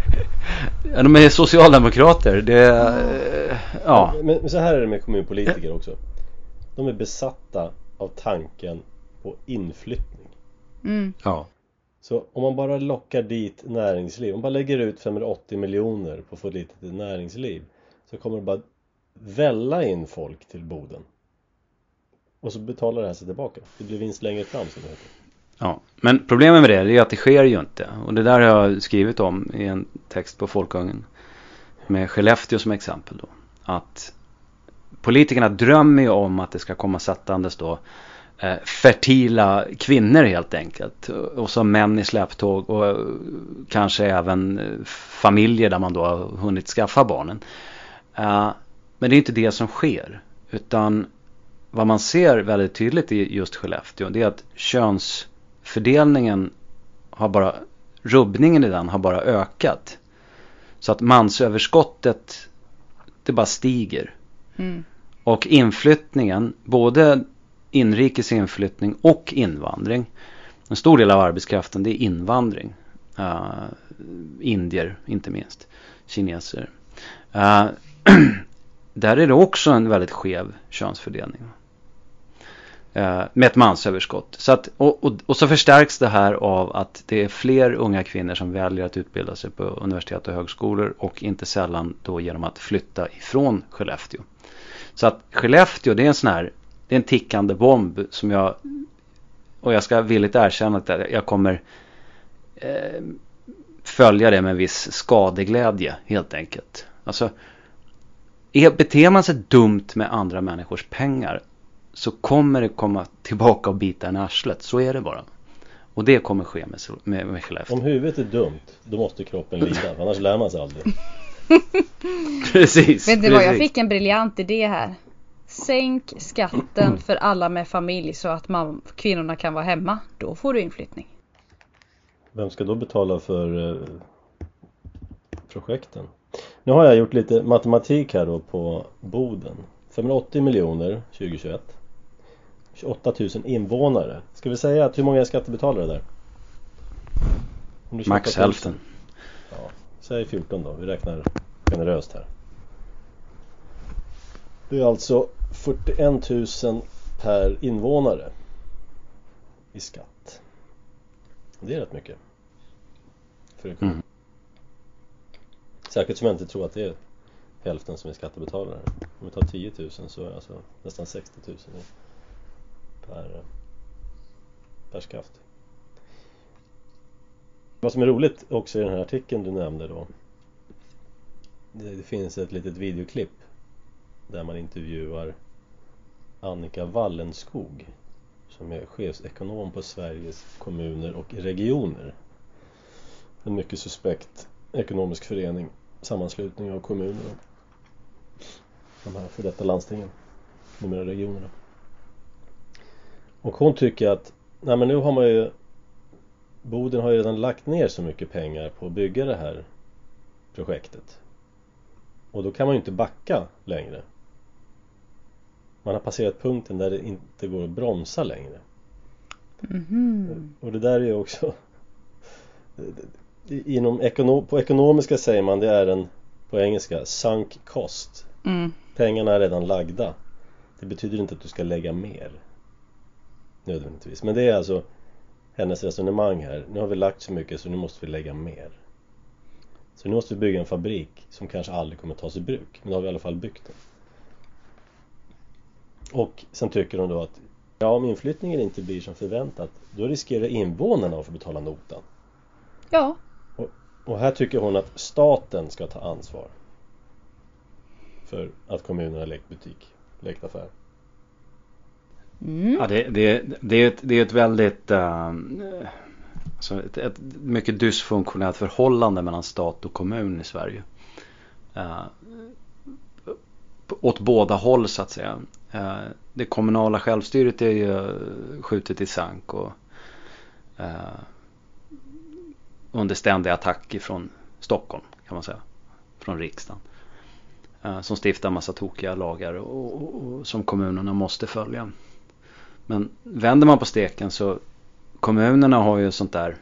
Ja, de är socialdemokrater. Det är, mm. ja. Men, men så här är det med kommunpolitiker också. De är besatta av tanken på inflyttning. Mm. Ja. Så om man bara lockar dit näringsliv, om man lägger ut femhundraåttio miljoner på att få dit ett näringsliv, så kommer det bara välla in folk till Boden. Och så betalar det här sig tillbaka. Det blir vinst längre fram, som det heter. Ja, men problemet med det är att det sker ju inte. Och det där har jag skrivit om i en text på Folkungen med Skellefteå som exempel då. Att politikerna drömmer ju om att det ska komma sättandes då eh, fertila kvinnor helt enkelt. Och så män i släptåg och kanske även familjer där man då har hunnit skaffa barnen. Eh, men det är inte det som sker. Utan vad man ser väldigt tydligt i just Skellefteå, det är att könsfördelningen har bara, rubbningen i den har bara ökat. Så att mansöverskottet, det bara stiger. Mm. Och inflyttningen, både inrikes inflyttning och invandring. En stor del av arbetskraften, det är invandring. Uh, indier, inte minst. Kineser. Uh, där är det också en väldigt skev könsfördelning. Uh, med ett mansöverskott. Så att, och, och, och så förstärks det här av att det är fler unga kvinnor som väljer att utbilda sig på universitet och högskolor, och inte sällan då genom att flytta ifrån Skellefteå. Så att Skellefteå, det är en sån här, det är en tickande bomb som jag, och jag ska villigt erkänna att jag kommer eh, följa det med en viss skadeglädje helt enkelt. Alltså, är, beter man sig dumt med andra människors pengar, så kommer det komma tillbaka och bita en arslet. Så är det bara. Och det kommer ske med, med, med Skellefteå. Om huvudet är dumt, då måste kroppen lida. Annars lär man sig aldrig. Precis. Vet du vad, jag fick en briljant idé här. Sänk skatten för alla med familj så att man, kvinnorna kan vara hemma. Då får du inflyttning. Vem ska då betala för eh, projekten? Nu har jag gjort lite matematik här då på Boden. femhundraåttio miljoner tjugohundratjugoett. tjugoåtta tusen invånare. Ska vi säga att hur många skattebetalare där? Max hälften. Ja, säg fjorton då. Vi räknar generöst här. Det är alltså fyrtioen tusen per invånare i skatt. Det är rätt mycket. För det mm. Säkert som jag inte tror att det är hälften som är skattebetalare. Om vi tar tio tusen så är det alltså nästan sextio tusen per, per skatt. Vad som är roligt också i den här artikeln du nämnde då, det, det finns ett litet videoklipp där man intervjuar Annika Wallenskog som är chefsekonom på Sveriges kommuner och regioner. En mycket suspekt ekonomisk förening, sammanslutning av kommuner och de här för detta landstingen, numera regionerna. Och hon tycker att nej, men nu har man ju, Boden har ju redan lagt ner så mycket pengar på att bygga det här projektet. Och då kan man ju inte backa längre. Man har passerat punkten där det inte går att bromsa längre. Mm-hmm. Och det där är ju också inom ekono, på ekonomiska säger man det är en, på engelska, sunk cost. Mm. Pengarna är redan lagda. Det betyder inte att du ska lägga mer nödvändigtvis. Men det är alltså hennes resonemang här. Nu har vi lagt så mycket så nu måste vi lägga mer. Så nu måste vi bygga en fabrik som kanske aldrig kommer tas i bruk. Men då har vi i alla fall byggt den. Och sen tycker de då att ja, om inflyttningen inte blir som förväntat, då riskerar invånarna att få betala notan. Ja. Och, och här tycker hon att staten ska ta ansvar för att kommunerna lekt butik, lekt affär. Mm. Ja, det, det, det, är ett, det är ett väldigt uh, alltså ett, ett mycket dysfunktionellt förhållande mellan stat och kommun i Sverige. Uh, åt båda håll så att säga. Uh, det kommunala självstyret är ju skjutet i sank och uh, under ständig attack från Stockholm kan man säga. Från riksdagen. Uh, som stiftar massa tokiga lagar och, och, och som kommunerna måste följa. Men vänder man på steken så kommunerna har ju sånt där,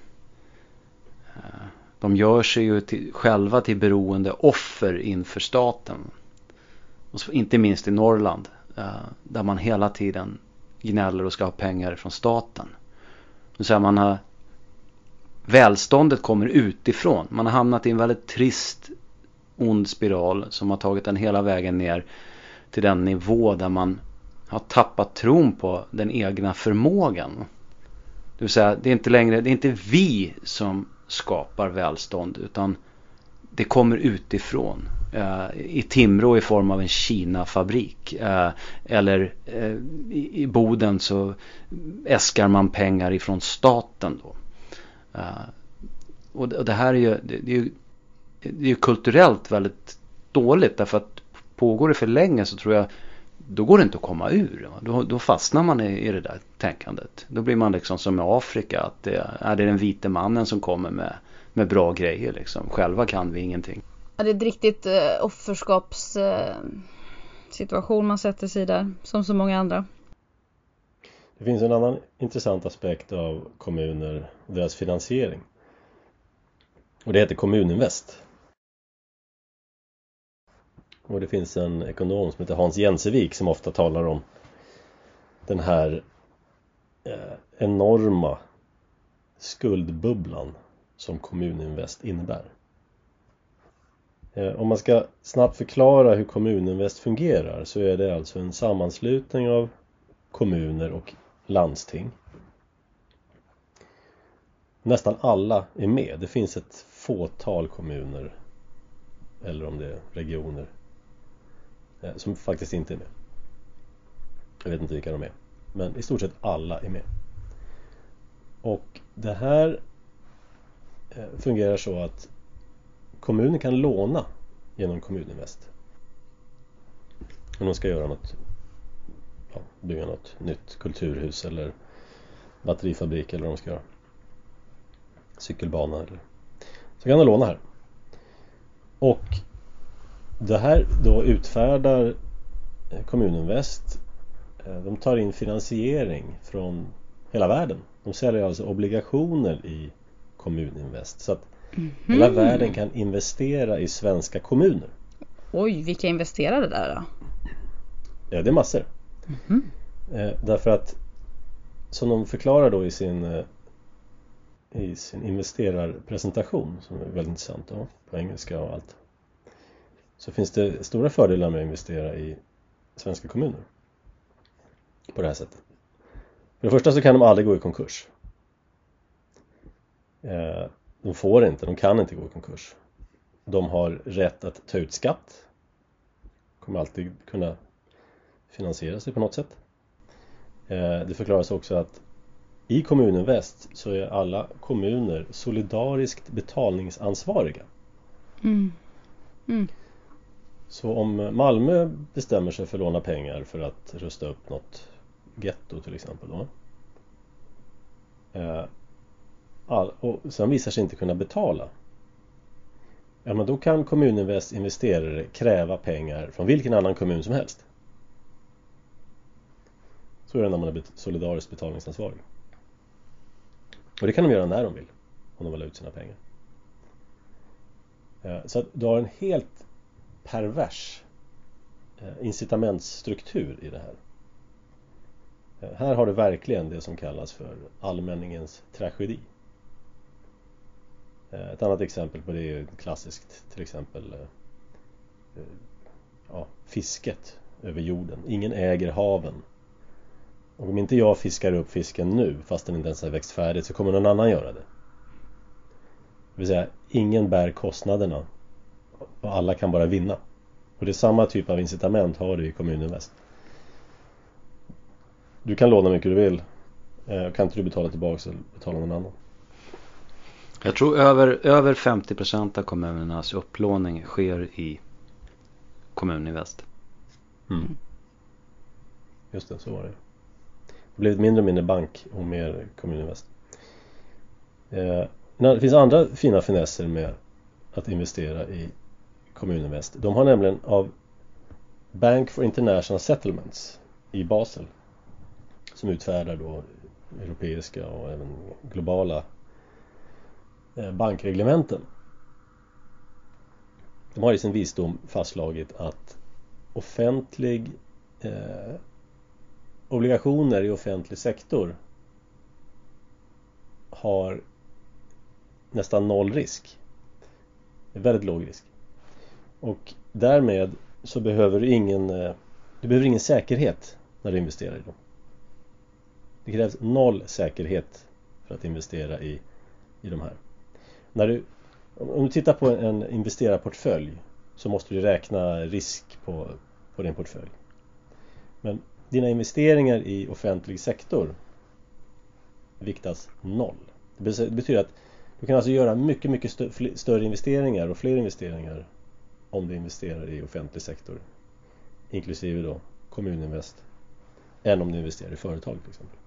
de gör sig ju till, själva till beroende offer inför staten. Och så, inte minst i Norrland där man hela tiden gnäller och ska ha pengar från staten. Så här, man har, välståndet kommer utifrån. Man har hamnat i en väldigt trist, ond spiral som har tagit den hela vägen ner till den nivå där man har tappat tron på den egna förmågan. Det vill säga, det är inte längre, det är inte vi som skapar välstånd utan det kommer utifrån. Eh, I Timrå i form av en Kina-fabrik. Eh, eller eh, i, i Boden så äskar man pengar ifrån staten då. Eh, och, och det här är ju, det, det är ju, det är ju kulturellt väldigt dåligt därför att pågår det för länge så tror jag då går det inte att komma ur. Då, då fastnar man i, i det där tänkandet. Då blir man liksom som i Afrika. Att det är det den vita mannen som kommer med, med bra grejer. Liksom. Själva kan vi ingenting. Ja, det är ett riktigt eh, offerskapssituation eh, man sätter sig där. Som så många andra. Det finns en annan intressant aspekt av kommuner och deras finansiering. Och det heter Kommuninvest. Och det finns en ekonom som heter Hans Jensevik som ofta talar om den här eh, enorma skuldbubblan som Kommuninvest innebär. Eh, om man ska snabbt förklara hur Kommuninvest fungerar så är det alltså en sammanslutning av kommuner och landsting. Nästan alla är med. Det finns ett fåtal kommuner eller om det är regioner som faktiskt inte är med. Jag vet inte vilka de är. Men i stort sett alla är med. Och det här fungerar så att kommunen kan låna genom Kommuninvest. Om de ska göra något, ja, bygga något nytt kulturhus eller batterifabrik eller vad de ska göra. Cykelbana eller så kan de låna här. Och det här då utfärdar Kommuninvest. De tar in finansiering från hela världen. De säljer alltså obligationer i Kommuninvest. Så att mm-hmm. hela världen kan investera i svenska kommuner. Oj, vilka investerare där då? Ja, det är massor. Mm-hmm. Därför att som de förklarar då i sin i sin investerarpresentation som är väldigt intressant då, på engelska och allt. Så finns det stora fördelar med att investera i svenska kommuner på det här sättet. För det första så kan de aldrig gå i konkurs. De får inte, de kan inte gå i konkurs. De har rätt att ta ut skatt. Kommer alltid kunna finansiera sig på något sätt. Det förklaras också att i Kommuninvest så är alla kommuner solidariskt betalningsansvariga. Mm. Mm. Så om Malmö bestämmer sig för att låna pengar för att rusta upp något getto till exempel då, all, och sen visar sig inte kunna betala, ja, men då kan Kommuninvest investerare kräva pengar från vilken annan kommun som helst. Så är det när man är solidariskt betalningsansvarig. Och det kan de göra när de vill, om de vill ha ut sina pengar. Så att du har en helt pervers incitamentsstruktur i det här. Här har du verkligen det som kallas för allmänningens tragedi. Ett annat exempel på det är ju klassiskt, till exempel ja, fisket över jorden. Ingen äger haven. Och om inte jag fiskar upp fisken nu, fast den inte ens har växt färdigt, så kommer någon annan göra det. Det vill säga, ingen bär kostnaderna och alla kan bara vinna. Och det är samma typ av incitament har du i Kommuninvest. Du kan låna mycket du vill. Kan inte du betala tillbaka så betala någon annan. Jag tror över, över femtio procent av kommunernas upplåning sker i Kommuninvest. Mm. Just det, så var det. Det blev ett mindre och mindre bank och mer Kommuninvest. Eh, det finns andra fina finesser med att investera i Kommuninvest. De har nämligen av Bank for International Settlements i Basel, som utfärdar då europeiska och även globala eh, bankreglementen. De har i sin visdom fastslagit att offentlig eh, obligationer i offentlig sektor har nästan noll risk. Det är väldigt låg risk. Och därmed så behöver du ingen, du behöver ingen säkerhet när du investerar i dem. Det krävs noll säkerhet för att investera i, i de här. När du, om du tittar på en investerarportfölj så måste du räkna risk på, på din portfölj. Men dina investeringar i offentlig sektor viktas noll. Det betyder att du kan alltså göra mycket, mycket stö- större investeringar och fler investeringar om du investerar i offentlig sektor, inklusive då Kommuninvest, än om du investerar i företag till exempel.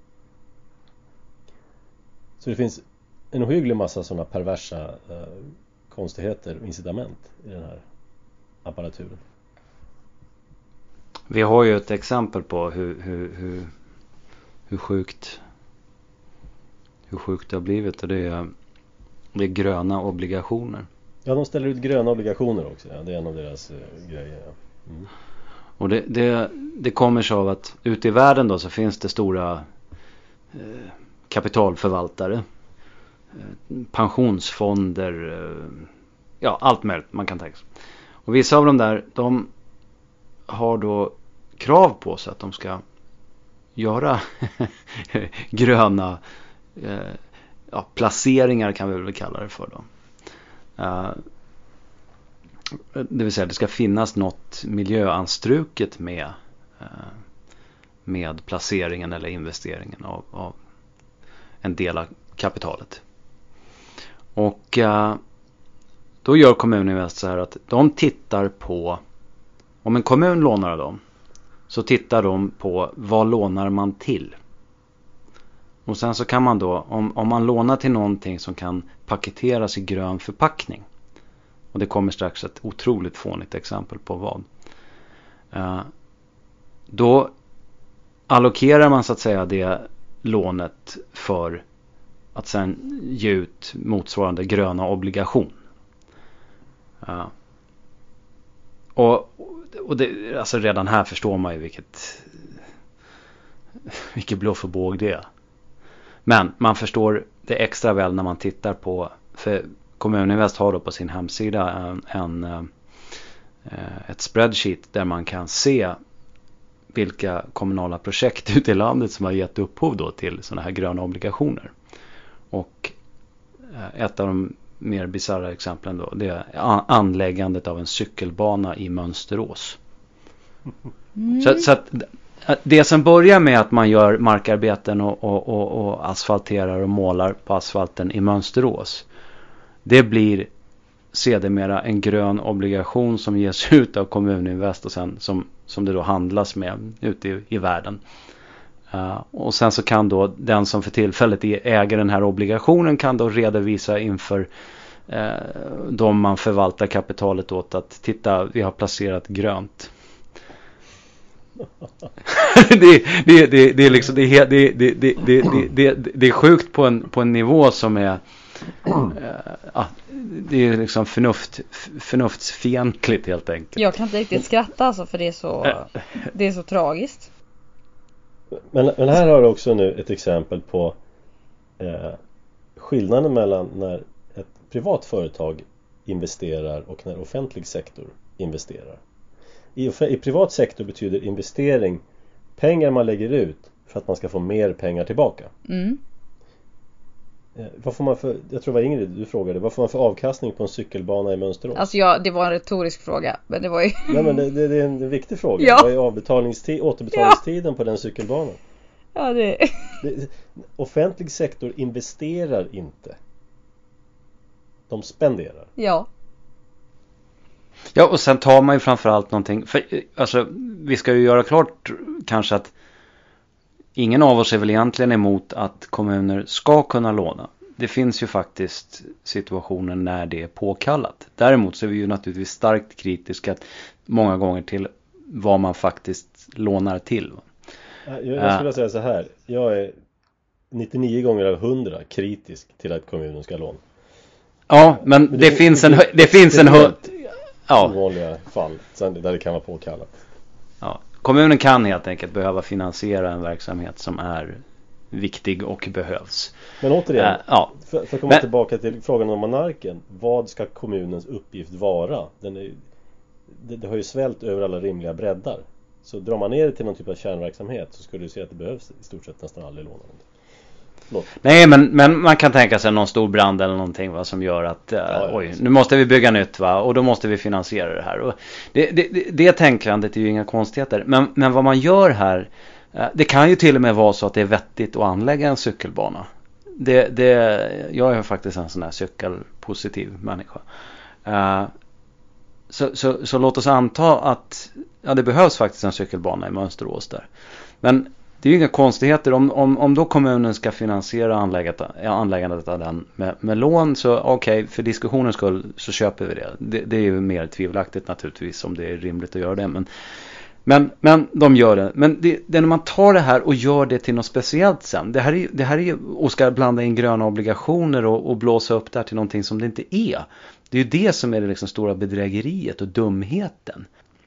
Så det finns en ohygglig massa sådana perversa eh, konstigheter och incitament i den här apparaturen. Vi har ju ett exempel på hur, hur, hur, hur sjukt hur sjukt det har blivit, och det är, det är gröna obligationer. Ja, de ställer ut gröna obligationer också. Ja, det är en av deras eh, grejer. Ja. Mm. Och det, det, det kommer sig av att ute i världen då så finns det stora eh, kapitalförvaltare, eh, pensionsfonder, eh, ja, allt möjligt man kan tänka sig. Och vissa av de där, de har då krav på sig att de ska göra gröna eh, ja, placeringar, kan vi väl kalla det för då. Uh, det vill säga det ska finnas något miljöanstruket med uh, med placeringen eller investeringen av, av en del av kapitalet. Och uh, då gör Kommuninvest så här att de tittar på, om en kommun lånar av dem, så tittar de på vad lånar man till. Och sen så kan man då, om, om man lånar till någonting som kan paketeras i grön förpackning, och det kommer strax ett otroligt fånigt exempel på vad, uh, då allokerar man så att säga det lånet för att sen ge ut motsvarande gröna obligation. Uh, och och det, alltså redan här förstår man ju vilket vilket bluff och båg det är. Men man förstår det extra väl när man tittar på, för Kommuninvest har då på sin hemsida en, en, ett spreadsheet där man kan se vilka kommunala projekt ute i landet som har gett upphov då till sådana här gröna obligationer. Och ett av de mer bizarra exemplen då, det är anläggandet av en cykelbana i Mönsterås. Mm. Så, så att det som börjar med att man gör markarbeten och, och, och, och asfalterar och målar på asfalten i Mönsterås, det blir sedermera en grön obligation som ges ut av Kommuninvest och sen som, som det då handlas med ute i, i världen. Uh, och sen så kan då den som för tillfället äger den här obligationen kan då redovisa inför uh, de man förvaltar kapitalet åt att titta, vi har placerat grönt. det, det, det, det är liksom det är, det, det, det, det, det, det är sjukt på en, på en nivå som är uh, uh, det är liksom förnuft, förnuftsfientligt helt enkelt. Jag kan inte riktigt skratta alltså, för det är så det är så tragiskt. Men, men här har du också nu ett exempel på eh, skillnaden mellan när ett privat företag investerar och när offentlig sektor investerar. I, I privat sektor betyder investering pengar man lägger ut för att man ska få mer pengar tillbaka. Mm. Vad får man för, jag tror det var Ingrid du frågade, vad får man för avkastning på en cykelbana i Mönsterås? Alltså ja, det var en retorisk fråga, men det var ju... Nej, men det, det, det är en viktig fråga. Ja. Vad är avbetalningstid, återbetalningstiden ja. på den cykelbanan? Ja, det... det... Offentlig sektor investerar inte. De spenderar. Ja. Ja, och sen tar man ju framförallt någonting. För, alltså, vi ska ju göra klart kanske att ingen av oss är väl egentligen emot att kommuner ska kunna låna. Det finns ju faktiskt situationer när det är påkallat. Däremot så är vi ju naturligtvis starkt kritiska många gånger till vad man faktiskt lånar till. Jag, jag skulle säga så här. Jag är nittionio gånger av hundra kritisk till att kommunen ska låna. Ja, men, men det, det finns en... Det, det finns en ja. ovanliga fall där det kan vara påkallat. Ja. Kommunen kan helt enkelt behöva finansiera en verksamhet som är viktig och behövs. Men återigen, äh, ja. för, för att komma Men, tillbaka till frågan om monarken. Vad ska kommunens uppgift vara? Den är, det, det har ju svällt över alla rimliga breddar. Så drar man ner det till någon typ av kärnverksamhet så skulle du se att det behövs i stort sett nästan aldrig låna. Förlåt. Nej, men, men man kan tänka sig någon stor brand eller någonting va, som gör att äh, ja, oj, ja. nu måste vi bygga nytt va, och då måste vi finansiera det här. Och det, det, det, det tänkandet är ju inga konstigheter. Men, men vad man gör här, äh, det kan ju till och med vara så att det är vettigt att anlägga en cykelbana. Det, det, jag är faktiskt en sån här cykelpositiv människa. Äh, så, så, så låt oss anta att ja, det behövs faktiskt en cykelbana i Mönsterås där. Men det är ju inga konstigheter. Om, om, om då kommunen ska finansiera anläggandet, anläggandet av den med, med lån så okej, okay, för diskussionens skull så köper vi det. det. Det är ju mer tvivelaktigt naturligtvis om det är rimligt att göra det. Men, men, men de gör det. Men det, det är när man tar det här och gör det till något speciellt sen. Det här är, det här är ju, och ska blanda in gröna obligationer och, och blåsa upp det här till någonting som det inte är. Det är ju det som är det liksom stora bedrägeriet och dumheten.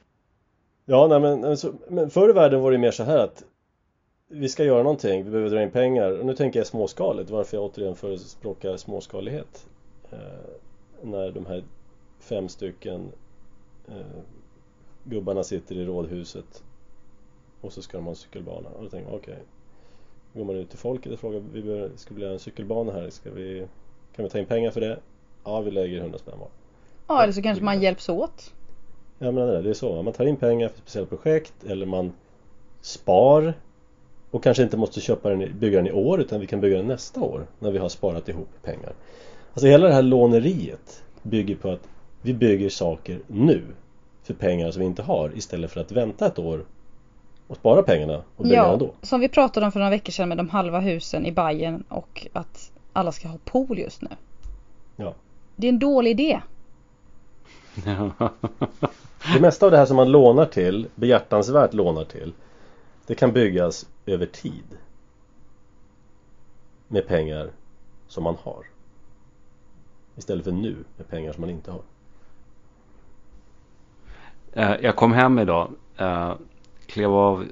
Ja, nej, men, alltså, men förr i världen var det mer så här att vi ska göra någonting, vi behöver dra in pengar. Och nu tänker jag småskaligt, varför jag återigen förespråkar småskalighet. Eh, när de här fem stycken eh, gubbarna sitter i rådhuset och så ska de ha en cykelbana. Och då tänker man, okej, okay. Går man ut till folket och frågar, vi behöver, ska bli en cykelbana här, ska vi, kan vi ta in pengar för det? Ja, vi lägger hundra spänn var. Ja, eller så kanske man hjälps åt. Ja, men det är så. Man tar in pengar för ett speciellt projekt eller man spar. Och kanske inte måste köpa den, bygga den i år utan vi kan bygga den nästa år när vi har sparat ihop pengar. Alltså hela det här låneriet bygger på att vi bygger saker nu för pengar som vi inte har istället för att vänta ett år och spara pengarna och bygga ja, ändå. Som vi pratade om för några veckor sedan med de halva husen i Bayern och att alla ska ha pool just nu. Ja. Det är en dålig idé. Det mesta av det här som man lånar till, behjärtansvärt lånar till, det kan byggas över tid med pengar som man har istället för nu med pengar som man inte har. Jag kom hem idag, klev av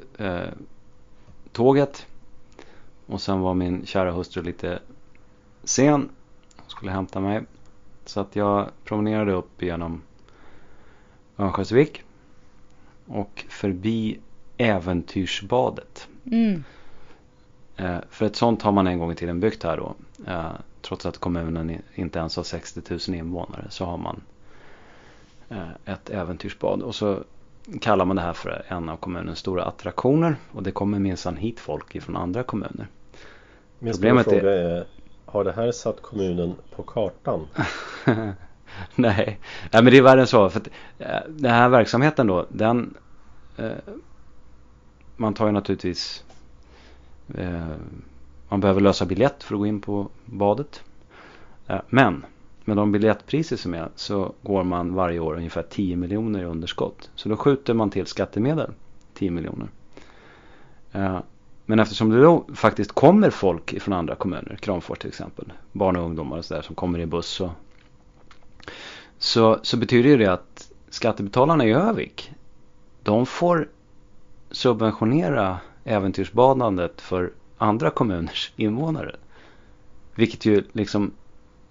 tåget och sen var min kära hustru lite sen. Hon skulle hämta mig. Så att jag promenerade upp genom Örnsköldsvik och förbi Äventyrsbadet. Mm. Eh, för ett sånt har man en gång i tiden byggt här då. Eh, trots att kommunen inte ens har sextio tusen invånare så har man eh, ett äventyrsbad. Och så kallar man det här för en av kommunens stora attraktioner. Och det kommer minsann hit folk ifrån andra kommuner. Min stora fråga är, är, har det här satt kommunen på kartan? Nej. Nej, men det är värre än så. För att, eh, den här verksamheten då, den... Eh, man tar ju naturligtvis eh, man behöver lösa biljett för att gå in på badet. Eh, men med de biljettpriser som är så går man varje år ungefär tio miljoner i underskott. Så då skjuter man till skattemedel tio miljoner. Eh, men eftersom det då faktiskt kommer folk från andra kommuner, Kramfors till exempel, barn och ungdomar och så där, som kommer i buss och, så, så betyder ju det att skattebetalarna i Övik, de får subventionera äventyrsbadandet för andra kommuners invånare. Vilket ju liksom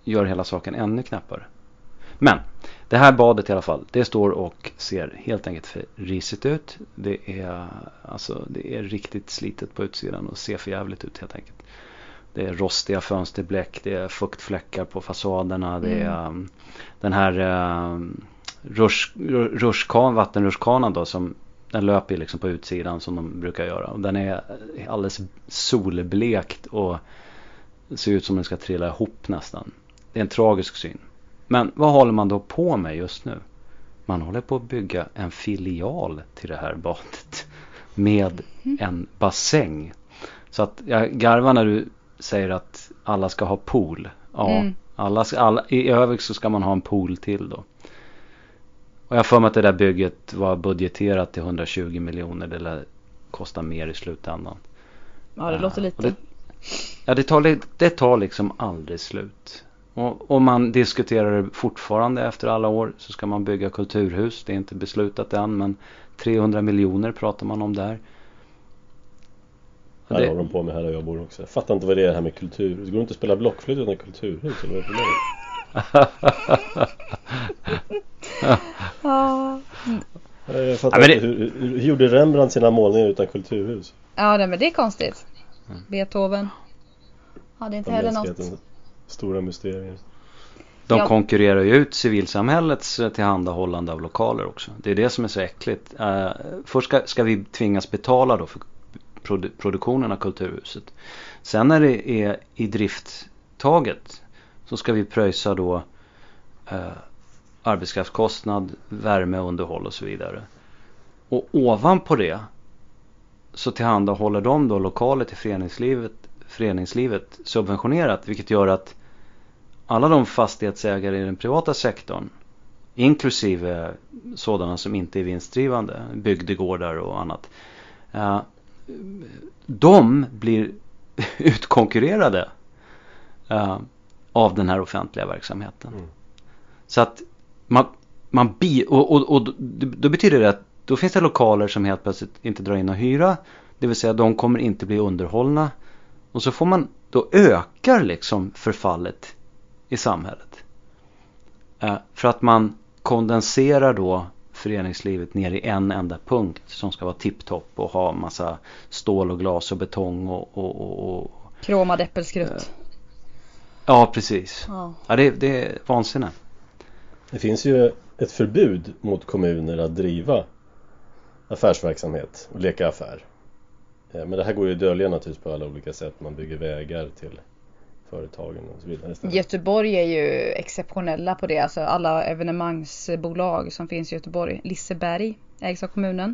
gör hela saken ännu knappare. Men det här badet i alla fall, det står och ser helt enkelt för risigt ut. Det är, alltså, det är riktigt slitet på utsidan och ser för jävligt ut helt enkelt. Det är rostiga fönsterbläck, det är fuktfläckar på fasaderna, det är um, den här uh, rush, rushkan, vattenrutschkanan då, som den löper liksom på utsidan som de brukar göra. Och den är alldeles solblekt och ser ut som den ska trilla ihop nästan. Det är en tragisk syn. Men vad håller man då på med just nu? Man håller på att bygga en filial till det här badet med en bassäng. Så att jag garvar när du säger att alla ska ha pool. Ja, mm. alla ska, alla, i övrigt så ska man ha en pool till då. Och jag får mig att det där bygget var budgeterat till hundratjugo miljoner. Det lär kosta mer i slutändan. Ja, det uh, låter lite. Det, ja, det tar, det tar liksom aldrig slut. Och om man diskuterar det fortfarande efter alla år, så ska man bygga kulturhus. Det är inte beslutat än, men trehundra miljoner pratar man om där. Här det har de på med här och jag bor också. Jag fattar inte vad det är här med kulturhus. Det går inte att spela blockflöjt utan kulturhus, eller vad är det? Jag fattar ja, inte, det... hur, hur, hur gjorde Rembrandt sina målningar utan kulturhus? Ja, det, men det är konstigt. Mm. Beethoven hade inte heller något. Stora mysterier. De ja. konkurrerar ju ut civilsamhällets tillhandahållande av lokaler också. Det är det som är så äckligt. Uh, först ska, ska vi tvingas betala då för produ- produktionen av kulturhuset. Sen när det är i drifttaget så ska vi pröjsa då uh, arbetskraftskostnad, värme, underhåll och så vidare. Och ovanpå det så tillhandahåller de då lokaler till föreningslivet, föreningslivet subventionerat, vilket gör att alla de fastighetsägare i den privata sektorn, inklusive sådana som inte är vinstdrivande, bygdegårdar och annat, uh, de blir utkonkurrerade uh, av den här offentliga verksamheten. Mm. Så att man, man bi- och, och, och då betyder det att då finns det lokaler som helt plötsligt inte drar in och hyra, det vill säga de kommer inte bli underhållna, och så får man, då ökar liksom förfallet i samhället. Eh, för att man kondenserar då föreningslivet ner i en enda punkt som ska vara tipptopp och ha massa stål och glas och betong och... och, och, och kromad äppelskrutt. Eh, ja, precis. Ja. Ja, det, det är vansinne. Det finns ju ett förbud mot kommuner att driva affärsverksamhet och leka affär. Men det här går ju dölja naturligtvis på alla olika sätt. Man bygger vägar till företagen och så vidare. Göteborg är ju exceptionella på det. Alltså alla evenemangsbolag som finns i Göteborg. Liseberg ägs av kommunen.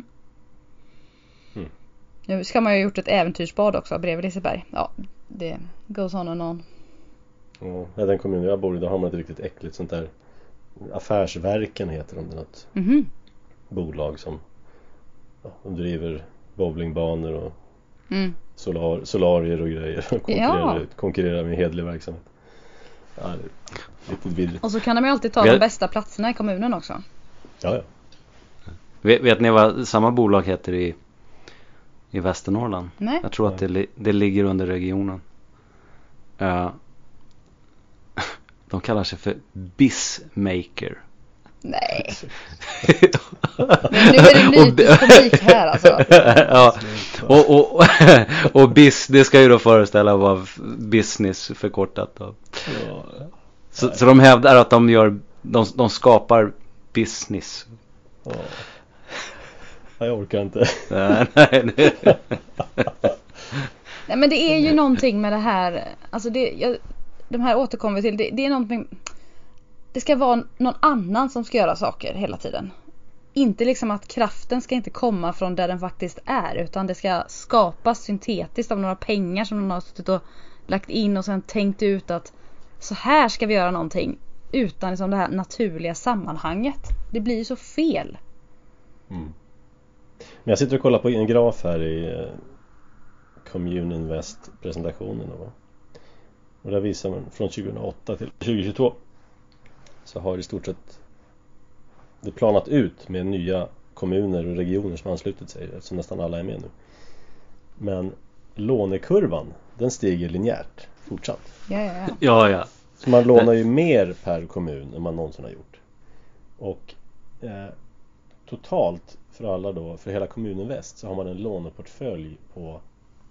Mm. Nu ska man ju ha gjort ett äventyrsbad också bredvid Liseberg. Ja, det goes on and on. Ja, den kommunen jag bor i, då har man ett riktigt äckligt sånt där. Affärsverken heter de, något mm-hmm. bolag som ja, de driver bowlingbanor och mm. solar, solarier och grejer och konkurrerar, ja. konkurrerar med hedlig verksamhet. Ja, det är riktigt vidrigt. Och så kan de ju alltid ta vet... de bästa platserna i kommunen också. Ja, ja. Vet, vet ni vad samma bolag heter i, i Västernorrland? Nej. Jag tror att det, det ligger under regionen. Uh, de kallar sig för Bizmaker. Nej. Men nu är det mytisk komik här alltså. Ja. Och, och, och bis, det ska ju då föreställa vara business förkortat då. Ja. Så, så de hävdar att de gör de, de skapar business. Ja. Jag orkar inte. Nej, nej, nej. Nej, men det är ju någonting med det här. Alltså det, jag, de här återkommer vi till. Det, det är någonting. Det ska vara någon annan som ska göra saker hela tiden. Inte liksom att kraften ska inte komma från där den faktiskt är. Utan det ska skapas syntetiskt av några pengar som någon har suttit och lagt in och sen tänkt ut att så här ska vi göra någonting. Utan liksom det här naturliga sammanhanget. Det blir ju så fel. Mm. Men jag sitter och kollar på en graf här i Commune Invest-presentationen. Och där visar man från tjugohundraåtta till tjugohundratjugotvå. Så har i stort sett det planat ut med nya kommuner och regioner som anslutit sig, eftersom nästan alla är med nu. Men lånekurvan, den stiger linjärt fortsatt. Ja, ja, ja. ja, ja. Så man lånar ju mer per kommun än man någonsin har gjort. Och eh, totalt för alla då, för hela Kommuninvest, så har man en låneportfölj på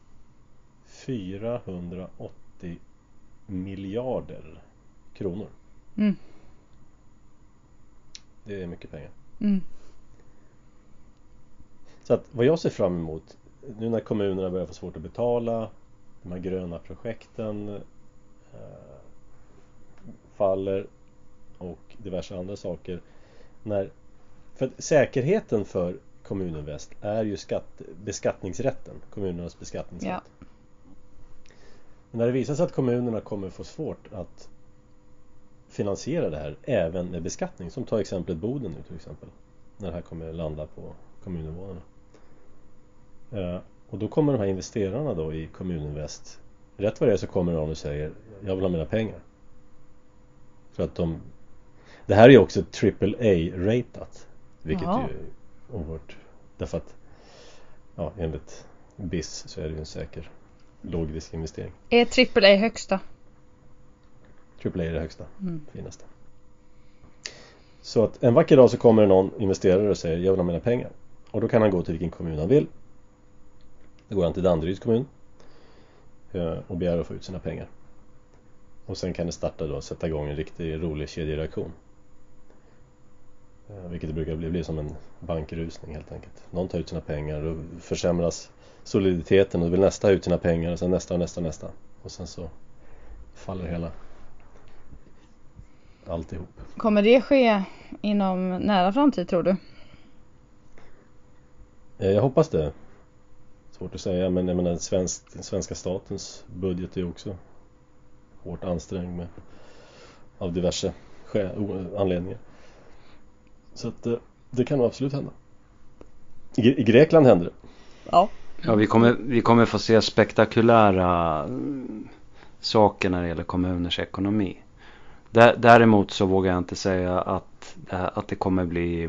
fyrahundraåttio miljarder kronor. Mm. Det är mycket pengar. Mm. Så att vad jag ser fram emot nu när kommunerna börjar få svårt att betala, de här gröna projekten eh, faller och diverse andra saker, när, för att säkerheten för Kommuninvest är ju skatt, beskattningsrätten, kommunernas beskattningsrätt. Ja. Men när det visar sig att kommunerna kommer få svårt att finansiera det här även med beskattning, som tar exemplet Boden nu till exempel, när det här kommer landa på kommuninvånarna. Uh, och då kommer de här investerarna då i Kommuninvest, rätt vad det är så kommer de och säger jag vill ha mina pengar. För att de, det här är ju också triple A-ratat, vilket Jaha. ju är oerhört, därför att ja, enligt B I S så är det ju en säker lågriskinvestering. Är triple A högsta? triple A är det högsta, Mm. finaste. Så att en vacker dag så kommer det någon investerare och säger jag vill ha mina pengar. Och då kan han gå till vilken kommun han vill. Då går han till Danderyds kommun och begär att få ut sina pengar. Och sen kan det starta då, sätta igång en riktigt rolig kedjereaktion. Vilket det brukar bli, bli som en bankrusning helt enkelt. Någon tar ut sina pengar och försämras soliditeten och vill nästa ut sina pengar och sen nästa och nästa och nästa. Och sen så faller hela alltihop. Kommer det ske inom nära framtid tror du? Jag hoppas det. Svårt att säga, men jag menar, den svensk, den svenska statens budget är också hårt ansträngd med, av diverse skäl, anledningar. Så att det, det kan nog absolut hända. I, I Grekland händer det. Ja. Ja, vi kommer, vi kommer få se spektakulära saker när det gäller kommuners ekonomi. Däremot så vågar jag inte säga att, att det kommer bli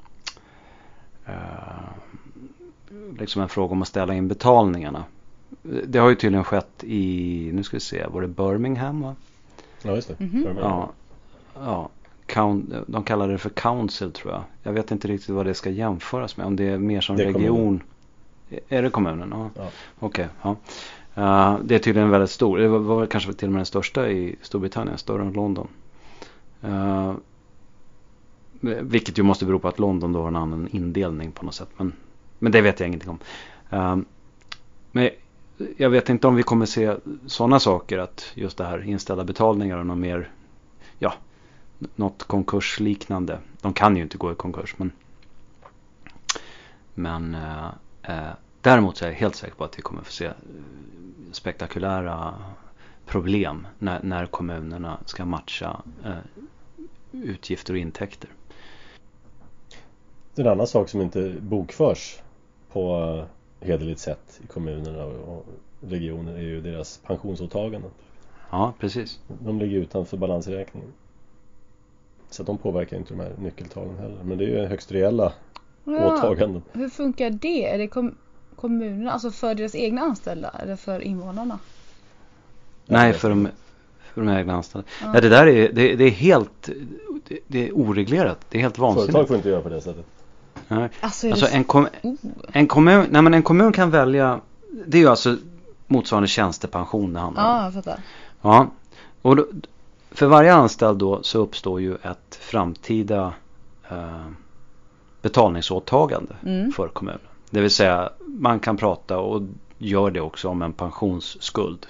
uh, liksom en fråga om att ställa in betalningarna. Det har ju tydligen skett i, nu ska vi se, var det Birmingham va? Ja, just det. Mm-hmm. Ja, ja count, de kallar det för council tror jag. Jag vet inte riktigt vad det ska jämföras med. Om det är mer som det är region. Kommunen. Är det kommunen? Ja. Ja. Okej, okay, ja. Uh, det är tydligen väldigt stor. Det var, var kanske till och med den största i Storbritannien, större än London. Uh, vilket ju måste bero på att London då har en annan indelning på något sätt. Men, men det vet jag ingenting om. Uh, men jag vet inte om vi kommer se sådana saker, att just det här inställda betalningar och något mer, ja, något konkursliknande. De kan ju inte gå i konkurs, men men uh, uh, däremot så är jag helt säker på att vi kommer få se spektakulära problem när, när kommunerna ska matcha uh, utgifter och intäkter. Det är en annan sak som inte bokförs på hederligt sätt i kommunerna och regioner är ju deras pensionsåtaganden. Ja, precis. De ligger utanför balansräkningen. Så de påverkar inte de här nyckeltalen heller. Men det är ju högst reella Ja. åtaganden. Hur funkar det? Är det kom- kommunerna, alltså för deras egna anställda eller för invånarna? Nej, för de, för de egna anställda. Ja. Ja, det där är, det, det är helt det, det är oreglerat. Det är helt vansinnigt. Företag får inte göra på det sättet. Nej. Alltså, är Alltså det... en, kom, oh. en, kommun, nej, men en kommun kan välja, det är ju alltså motsvarande tjänstepension det handlar om. Ja, jag fattar. Ja, och då, för varje anställd då så uppstår ju ett framtida eh, betalningsåtagande Mm. för kommunen. Det vill säga man kan prata och gör det också om en pensionsskuld.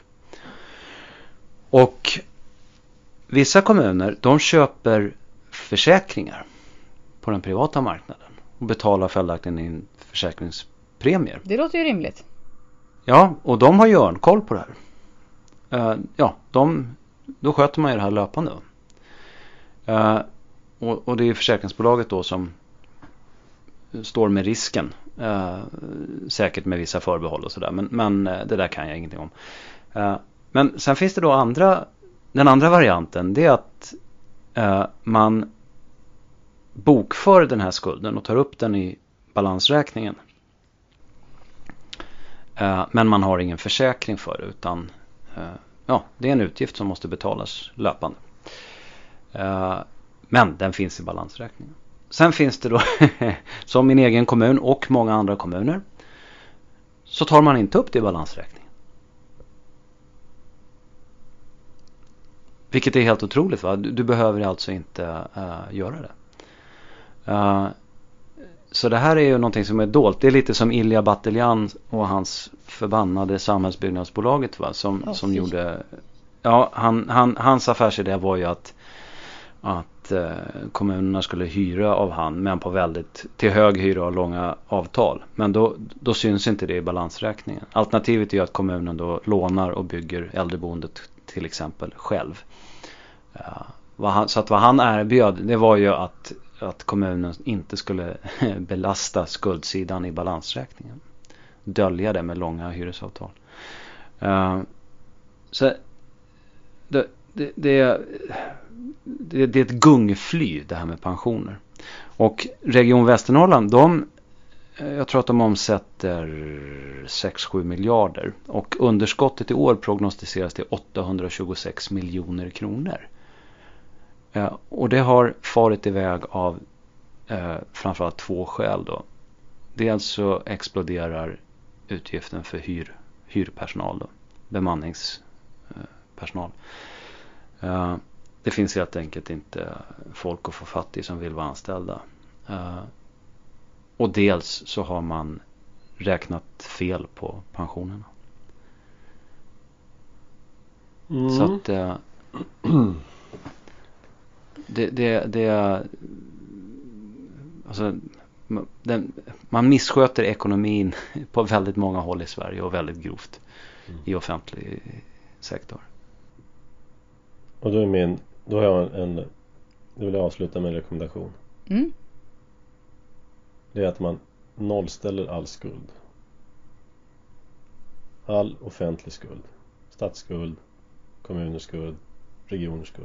Och vissa kommuner de köper försäkringar på den privata marknaden och betalar följaktligen in försäkringspremier. Det låter ju rimligt. Ja, och de har ju örnkoll på det här. Uh, ja, de, då sköter man ju det här löpande. Uh, och, och det är försäkringsbolaget då som står med risken. Uh, säkert med vissa förbehåll och sådär. Men, men uh, det där kan jag ingenting om. Uh, men sen finns det då andra, den andra varianten. Det är att uh, man bokför den här skulden och tar upp den i balansräkningen. Uh, men man har ingen försäkring för det utan uh, ja, det är en utgift som måste betalas löpande. Uh, men den finns i balansräkningen. Sen finns det då, som min egen kommun och många andra kommuner, så tar man inte upp det i balansräkningen. Vilket är helt otroligt, va? Du, du behöver alltså inte uh, göra det. Uh, så det här är ju någonting som är dolt. Det är lite som Ilja Batljan och hans förbannade samhällsbyggnadsbolaget, va? Som, oh, som gjorde... Ja, han, han, hans affärsidé var ju att, att uh, kommunerna skulle hyra av han, men på väldigt till hög hyra och långa avtal. Men då, då syns inte det i balansräkningen. Alternativet är ju att kommunen då lånar och bygger äldreboendet till exempel själv. Uh, vad han, så att vad han erbjöd, det var ju att, att kommunen inte skulle belasta skuldsidan i balansräkningen. Dölja det med långa hyresavtal. Uh, så det, det, det, det, det är ett gungfly det här med pensioner. Och Region Västernorrland, de, jag tror att de omsätter sex sju miljarder. Och underskottet i år prognostiseras till åttahundratjugosex miljoner kronor. Eh, och det har farit iväg av eh, framförallt två skäl då. Dels så exploderar utgiften för hyr, hyrpersonal då. Bemanningspersonal. Eh, det finns helt enkelt inte folk att få fatt i som vill vara anställda. Eh, Och dels så har man räknat fel på pensionerna. Mm. Så att eh, det, det, det alltså, den, man missköter ekonomin på väldigt många håll i Sverige och väldigt grovt mm. i offentlig sektor. Och då är min, då har jag en, då vill jag avsluta med en rekommendation. Mm. Det är att man nollställer all skuld. All offentlig skuld. Statsskuld, kommuners skuld, regioners skuld.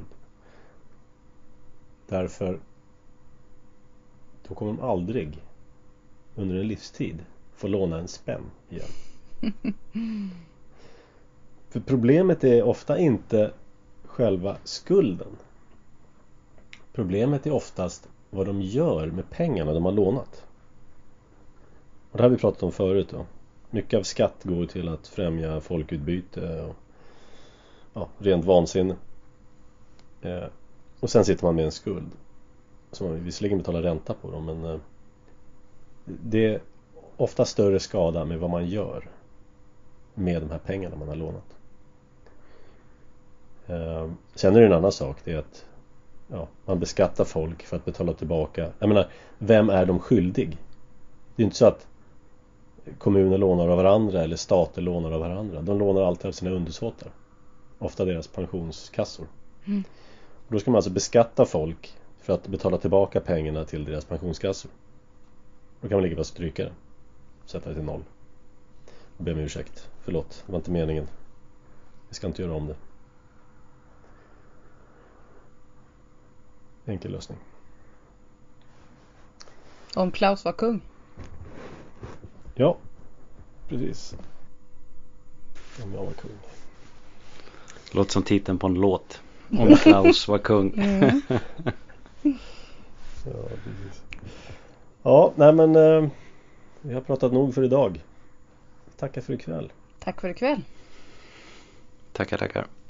Därför då kommer de aldrig under en livstid få låna en spänn igen. För problemet är ofta inte själva skulden. Problemet är oftast vad de gör med pengarna de har lånat. Och det har vi pratat om förut då. Mycket av skatt går till att främja folkutbyte och ja, rent vansinne. Eh, och sen sitter man med en skuld som man visserligen betalar ränta på då, men eh, det är ofta större skada med vad man gör med de här pengarna man har lånat. Eh, sen är det en annan sak, det är att ja, man beskattar folk för att betala tillbaka. Jag menar, vem är de skyldig? Det är inte så att kommuner lånar av varandra eller stater lånar av varandra. De lånar alltid av sina undersåtar. Ofta deras pensionskassor. Mm. Och då ska man alltså beskatta folk för att betala tillbaka pengarna till deras pensionskassor. Då kan man lika väl stryka det. Sätta det till noll. Jag ber om ursäkt. Förlåt, det var inte meningen. Vi ska inte göra om det. Enkel lösning. Om Klaus var kung. Ja, precis. Om jag var kung. Låter som titeln på en låt. Om Klaus var kung. Mm. Ja, precis. Ja, nej men eh, vi har pratat nog för idag. Tackar för ikväll. Tack för ikväll. Tackar, tackar.